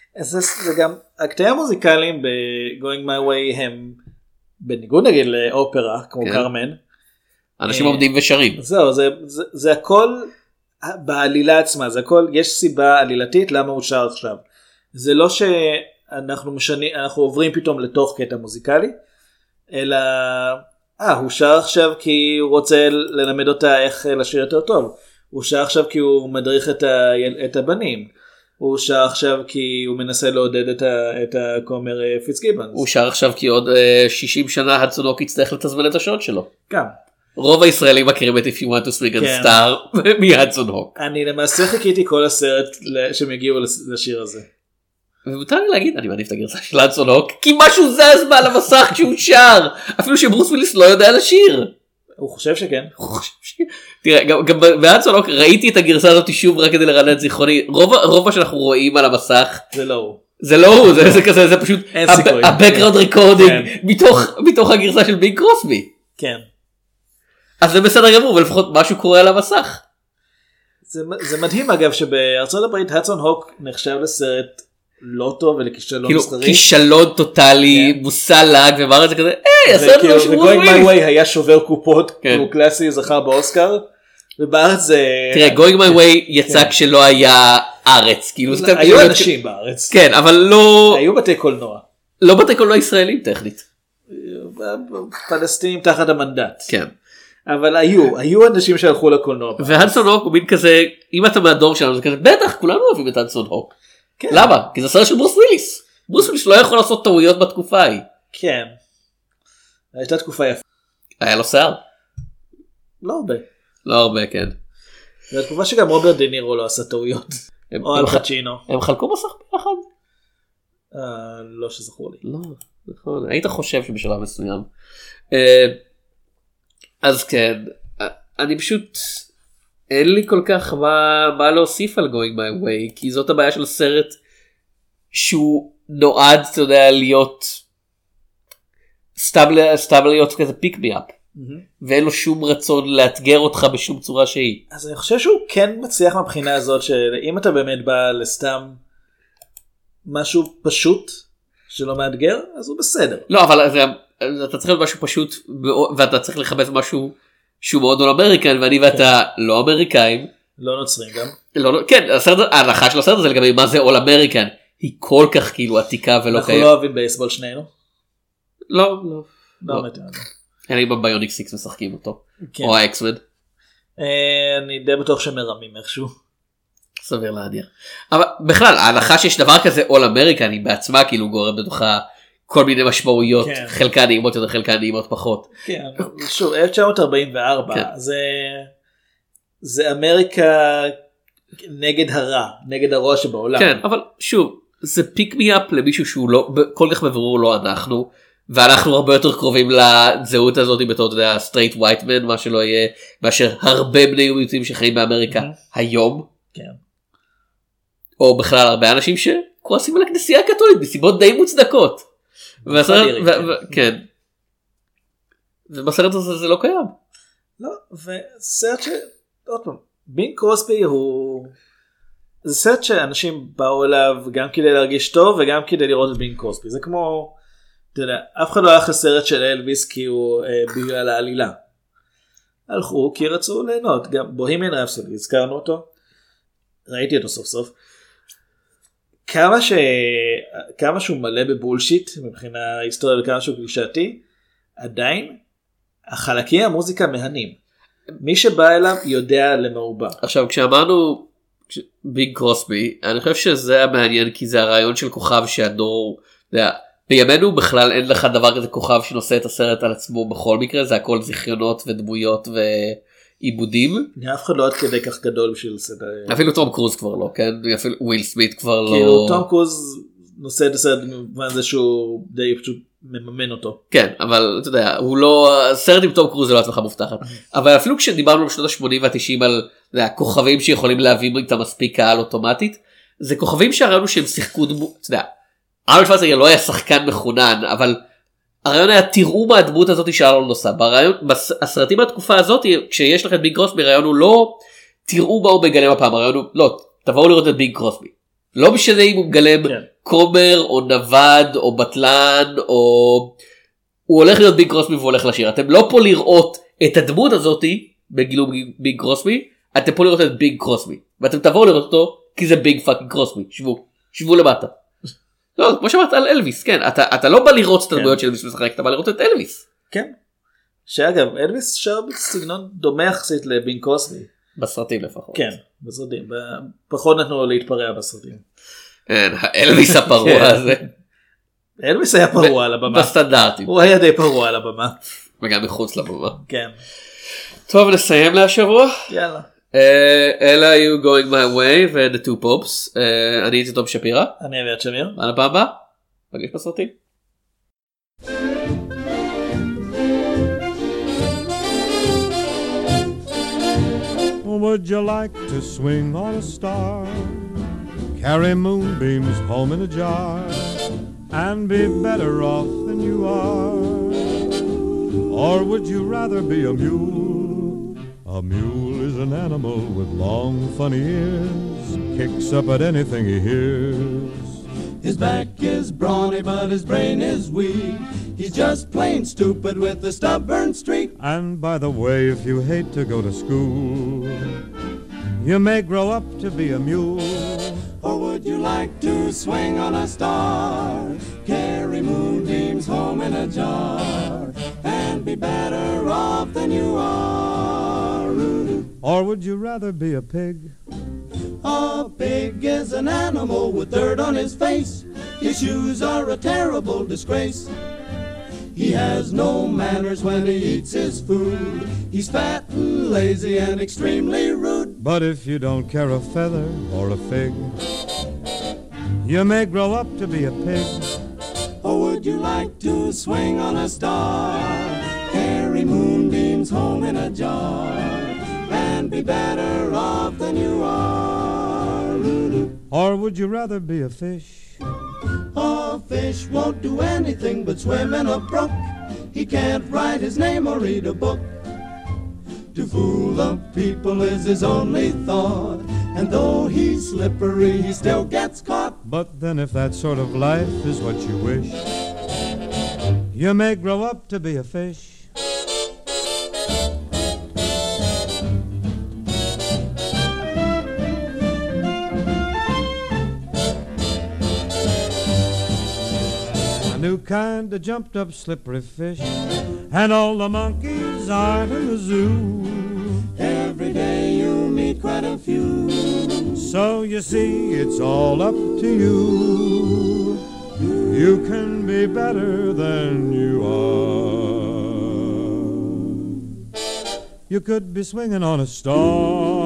זה גם, הקטעים המוזיקליים ב-Going My Way הם, בניגוד נגיד לאופרה, כמו קרמן. אנשים עומדים ושרים. זהו, זה הכל בעלילה עצמה, זה הכל, יש סיבה עלילתית למה הוא שר עכשיו. זה לא שאנחנו עוברים פתאום לתוך קטע מוזיקלי, אלא הוא שר עכשיו כי הוא רוצה ללמד אותה איך לשיר יותר טוב, הוא שר עכשיו כי הוא מדריך את הבנים, הוא שר עכשיו כי הוא מנסה לעודד את הכומר פיצגיבנס, הוא שר עכשיו כי עוד 60 שנה הצונוק יצטרך לתזמן את השעות שלו. גם רוב הישראלים מכירים את If You Want to Swing and Star מהצונוק. אני למעשה חיכיתי כל הסרט שהם יגיעו לשיר הזה. ומותר לי להגיד, אני מעדיף את הגרסה של האנסון הוק, כי משהו זז מעל המסך כשהוא שר, אפילו שברוס וויליס לא יודע לשיר. הוא חושב שכן. תראה, גם באנסון הוק ראיתי את הגרסה הזאת שוב רק כדי לרענן את זיכרוני, רוב מה שאנחנו רואים על המסך, זה לא הוא. זה לא הוא, זה כזה, זה פשוט ה-background recording מתוך הגרסה של ביג קרוסבי. כן. אז זה בסדר גמור, ולפחות משהו קורה על המסך. זה מדהים אגב שבארצות הברית האנסון הוק נחשב לסרט לא טוב ולכישלון מסחרי. כאילו כישלון טוטלי, מושא לעג ומראה את זה כזה, הסרט לא שהוא ו-Going My Way היה שובר קופות, הוא קלאסי, זכה באוסקר, ובארץ זה... תראה, Going My Way יצא כשלא היה ארץ, כאילו... היו אנשים בארץ. כן, אבל לא... היו בתי קולנוע. לא בתי קולנוע ישראלים טכנית. פלסטינים תחת המנדט. כן. אבל היו אנשים שהלכו לקולנוע. והנסון הוק הוא מין כזה, אם אתה מהדור שלנו, זה כזה, בטח, כולנו אוהבים את הנסון הוק. למה? כי זה סרט של ברוס וויליס. ברוס וויליס לא יכול לעשות טעויות בתקופה ההיא. כן. הייתה תקופה יפה. היה לו שיער? לא הרבה. לא הרבה, כן. זו תקופה שגם רוברט דה נירו לא עשה טעויות. או אל פצ'ינו. הם חלקו מסך ביחד? לא שזכור לי. לא, נכון. היית חושב שבשלב מסוים. אז כן, אני פשוט, אין לי כל כך מה להוסיף על Going My Way, כי זאת הבעיה של סרט שהוא נועד, אתה יודע, להיות, סתם להיות כזה פיק מי אפ. ואין לו שום רצון לאתגר אותך בשום צורה שהיא. אז אני חושב שהוא כן מצליח מהבחינה הזאת, שאם אתה באמת בא לסתם משהו פשוט שלא מאתגר, אז הוא בסדר. לא, אבל אתה צריך להיות משהו פשוט, ואתה צריך לחפש משהו שהוא מאוד לא אמריקן, ואני ואתה לא אמריקאים. לא נוצרים גם. כן, ההנחה של הסרט הזה לגבי מה זה all American, היא כל כך כאילו עתיקה ולא אנחנו לא אוהבים בייסבול שנינו? לא. לא. אלא אם הביוניק 6 משחקים אותו, או האקסמד. אני די בטוח שמרמים איכשהו. סביר להניח. אבל בכלל, ההנחה שיש דבר כזה all American היא בעצמה כאילו גורם בתוכה כל מיני משמעויות, חלקן נעימות יותר, חלקן נעימות פחות. כן, שוב, 1944, זה אמריקה נגד הרע, נגד הרוע שבעולם. כן, אבל שוב, זה פיק מי אפ למישהו שהוא לא, כל כך בברור לא אנחנו, ואנחנו הרבה יותר קרובים לזהות הזאת בתור, אתה יודע, סטרייט ווייטמן, מה שלא יהיה, מאשר הרבה בני מיעוטים שחיים באמריקה היום. כן. או בכלל הרבה אנשים שכועסים על הכנסייה הקתולית בסיבות די מוצדקות. כן. ובסרט הזה זה לא קיים. לא, וסרט עוד פעם, בינג קרוסבי הוא, זה סרט שאנשים באו אליו גם כדי להרגיש טוב וגם כדי לראות את בינג קרוסבי. זה כמו, אתה יודע, אף אחד לא הלך לסרט של אלוויס כי הוא בגלל העלילה. הלכו כי רצו ליהנות. גם בוהמיאן רפסודי, הזכרנו אותו, ראיתי אותו סוף סוף. כמה שהוא מלא בבולשיט מבחינה היסטוריה וכמה שהוא קלישאתי, עדיין החלקים המוזיקה מהנים. מי שבא אליו יודע למה הוא בא. עכשיו כשאמרנו בינג קרוסבי, אני חושב שזה המעניין כי זה הרעיון של כוכב שהדור, בימינו בכלל אין לך דבר כזה כוכב שנושא את הסרט על עצמו בכל מקרה, זה הכל זיכיונות ודמויות ועיבודים. אף אחד לא עד כדי כך גדול בשביל סרט. אפילו תום קרוז כבר לא, כן? אפילו וויל סמית כבר לא. כאילו תום קרוז נושא את הסרט במובן זה שהוא די פשוט מממן אותו. כן, אבל אתה יודע, הוא לא, סרט עם תום קרוז זה לא הצלחה מובטחת. אבל אפילו כשדיברנו בשנות ה-80 וה-90 על כוכבים שיכולים להביא איתם מספיק קהל אוטומטית, זה כוכבים שהראינו שהם שיחקו דמות, אתה יודע, ארנולד שוורצנגר לא היה שחקן מחונן, אבל הרעיון היה תראו מה הדמות הזאת שארנולד עושה. בסרטים מהתקופה הזאת, כשיש לכם בינג קרוסבי, הרעיון הוא לא תראו מה הוא מגלם הפעם, הרעיון הוא לא, תבואו לראות את בינג קרוסבי. לא משנה אם הוא מגלם קומר או נווד או בטלן או הוא הולך להיות בינג קרוסבי והוא הולך לשיר. אתם לא פה לראות את הדמות הזאת בגילום בינג קרוסבי, אתם פה לראות את בינג קרוסבי ואתם תבואו לראות אותו כי זה בינג פאקינג קרוסבי. שבו למטה. לא, כמו שאמרת על אלוויס, כן, אתה לא בא לראות את הדמויות של אלוויס משחק, אתה בא לראות את אלוויס. כן. שאגב, אלוויס שר בסגנון דומה יחסית לבינג קרוסבי. בסרטים לפחות. כן, בסרטים. פחות נתנו לו להתפרע בסרטים. אלוויס הפרוע הזה. אלוויס היה פרוע על הבמה. בסטנדרטים. הוא היה די פרוע על הבמה. וגם מחוץ לבמה. כן. טוב, נסיים להשבוע. יאללה. אלה היו Going My Way ו-The Two Popes. אני הייתי תום שפירא. אני אביעד שמיר. על הפעם הבאה. פגש בסרטים. Would you like to swing on a star, carry moonbeams home in a jar, and be better off than you are? Or would you rather be a mule? A mule is an animal with long funny ears, kicks up at anything he hears. His back is brawny but his brain is weak. He's just plain stupid with a stubborn streak. And by the way, if you hate to go to school, you may grow up to be a mule. Or would you like to swing on a star, carry moonbeams home in a jar, and be better off than you are? Or would you rather be a pig? A pig is an animal with dirt on his face. His shoes are a terrible disgrace. He has no manners when he eats his food. He's fat and lazy and extremely rude. But if you don't care a feather or a fig, you may grow up to be a pig. Or would you like to swing on a star, carry moonbeams home in a jar, and be better off than you are? Or would you rather be a fish? A fish won't do anything but swim in a brook. He can't write his name or read a book. To fool the people is his only thought, and though he's slippery, he still gets caught. But then if that sort of life is what you wish, you may grow up to be a fish. A new kind of jumped up slippery fish, and all the monkeys aren't in the zoo. Every day you meet quite a few. So you see, it's all up to you. You can be better than you are. You could be swinging on a star,